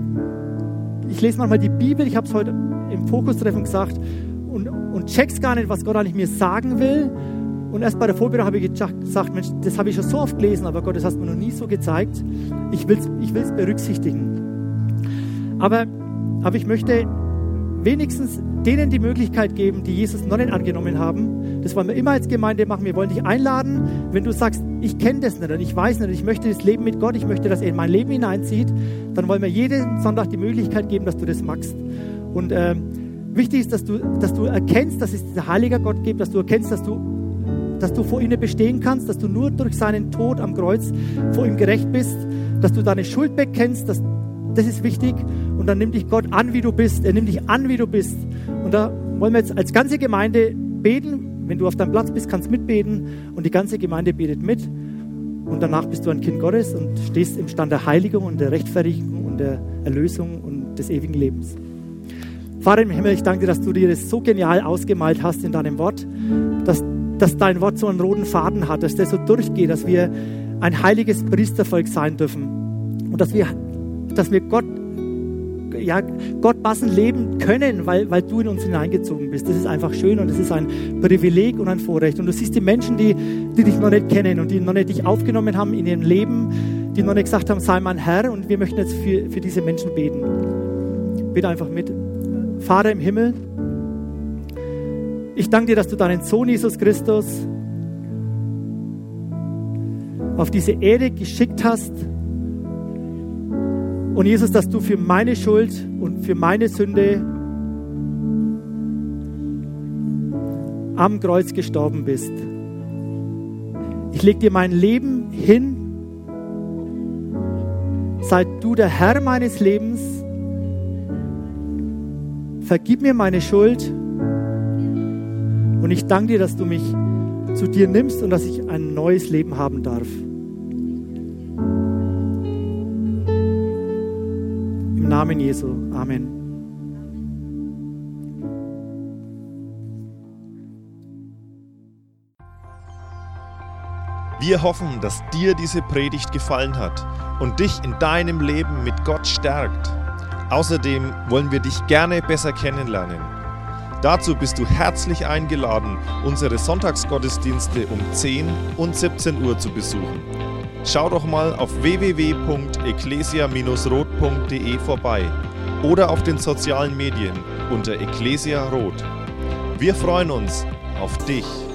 die Bibel. Ich habe es heute im Fokustreffen gesagt. Und check's gar nicht, was Gott eigentlich mir sagen will. Und erst bei der Vorbereitung habe ich gesagt, Mensch, das habe ich schon so oft gelesen, aber Gott, das hast du mir noch nie so gezeigt. Ich will's berücksichtigen. Aber ich möchte wenigstens denen die Möglichkeit geben, die Jesus noch nicht angenommen haben. Das wollen wir immer als Gemeinde machen. Wir wollen dich einladen, wenn du sagst, ich kenne das nicht und ich weiß nicht, ich möchte das Leben mit Gott, ich möchte, dass er in mein Leben hineinzieht, dann wollen wir jeden Sonntag die Möglichkeit geben, dass du das magst. Und wichtig ist, dass du erkennst, dass es dieser heilige Gott gibt, dass du erkennst, dass du vor ihm bestehen kannst, dass du nur durch seinen Tod am Kreuz vor ihm gerecht bist, dass du deine Schuld bekennst, das ist wichtig. Und dann nimmt dich Gott an, wie du bist. Er nimmt dich an, wie du bist. Und da wollen wir jetzt als ganze Gemeinde beten. Wenn du auf deinem Platz bist, kannst du mitbeten. Und die ganze Gemeinde betet mit. Und danach bist du ein Kind Gottes und stehst im Stand der Heiligung und der Rechtfertigung und der Erlösung und des ewigen Lebens. Vater im Himmel, ich danke dir, dass du dir das so genial ausgemalt hast in deinem Wort, dass dein Wort so einen roten Faden hat, dass der so durchgeht, dass wir ein heiliges Priestervolk sein dürfen und dass wir Gott passend leben können, weil du in uns hineingezogen bist. Das ist einfach schön und das ist ein Privileg und ein Vorrecht. Und du siehst die Menschen, die dich noch nicht kennen und die noch nicht dich aufgenommen haben in ihrem Leben, die noch nicht gesagt haben, sei mein Herr, und wir möchten jetzt für diese Menschen beten. Bitte einfach mit. Vater im Himmel, ich danke dir, dass du deinen Sohn Jesus Christus auf diese Erde geschickt hast. Und Jesus, dass du für meine Schuld und für meine Sünde am Kreuz gestorben bist. Ich lege dir mein Leben hin. Sei du der Herr meines Lebens. Vergib mir meine Schuld. Und ich danke dir, dass du mich zu dir nimmst und dass ich ein neues Leben haben darf. Im Namen Jesu. Amen. Wir hoffen, dass dir diese Predigt gefallen hat und dich in deinem Leben mit Gott stärkt. Außerdem wollen wir dich gerne besser kennenlernen. Dazu bist du herzlich eingeladen, unsere Sonntagsgottesdienste um 10 und 17 Uhr zu besuchen. Schau doch mal auf www.ecclesia-rot.de vorbei oder auf den sozialen Medien unter Ecclesia Rot. Wir freuen uns auf dich.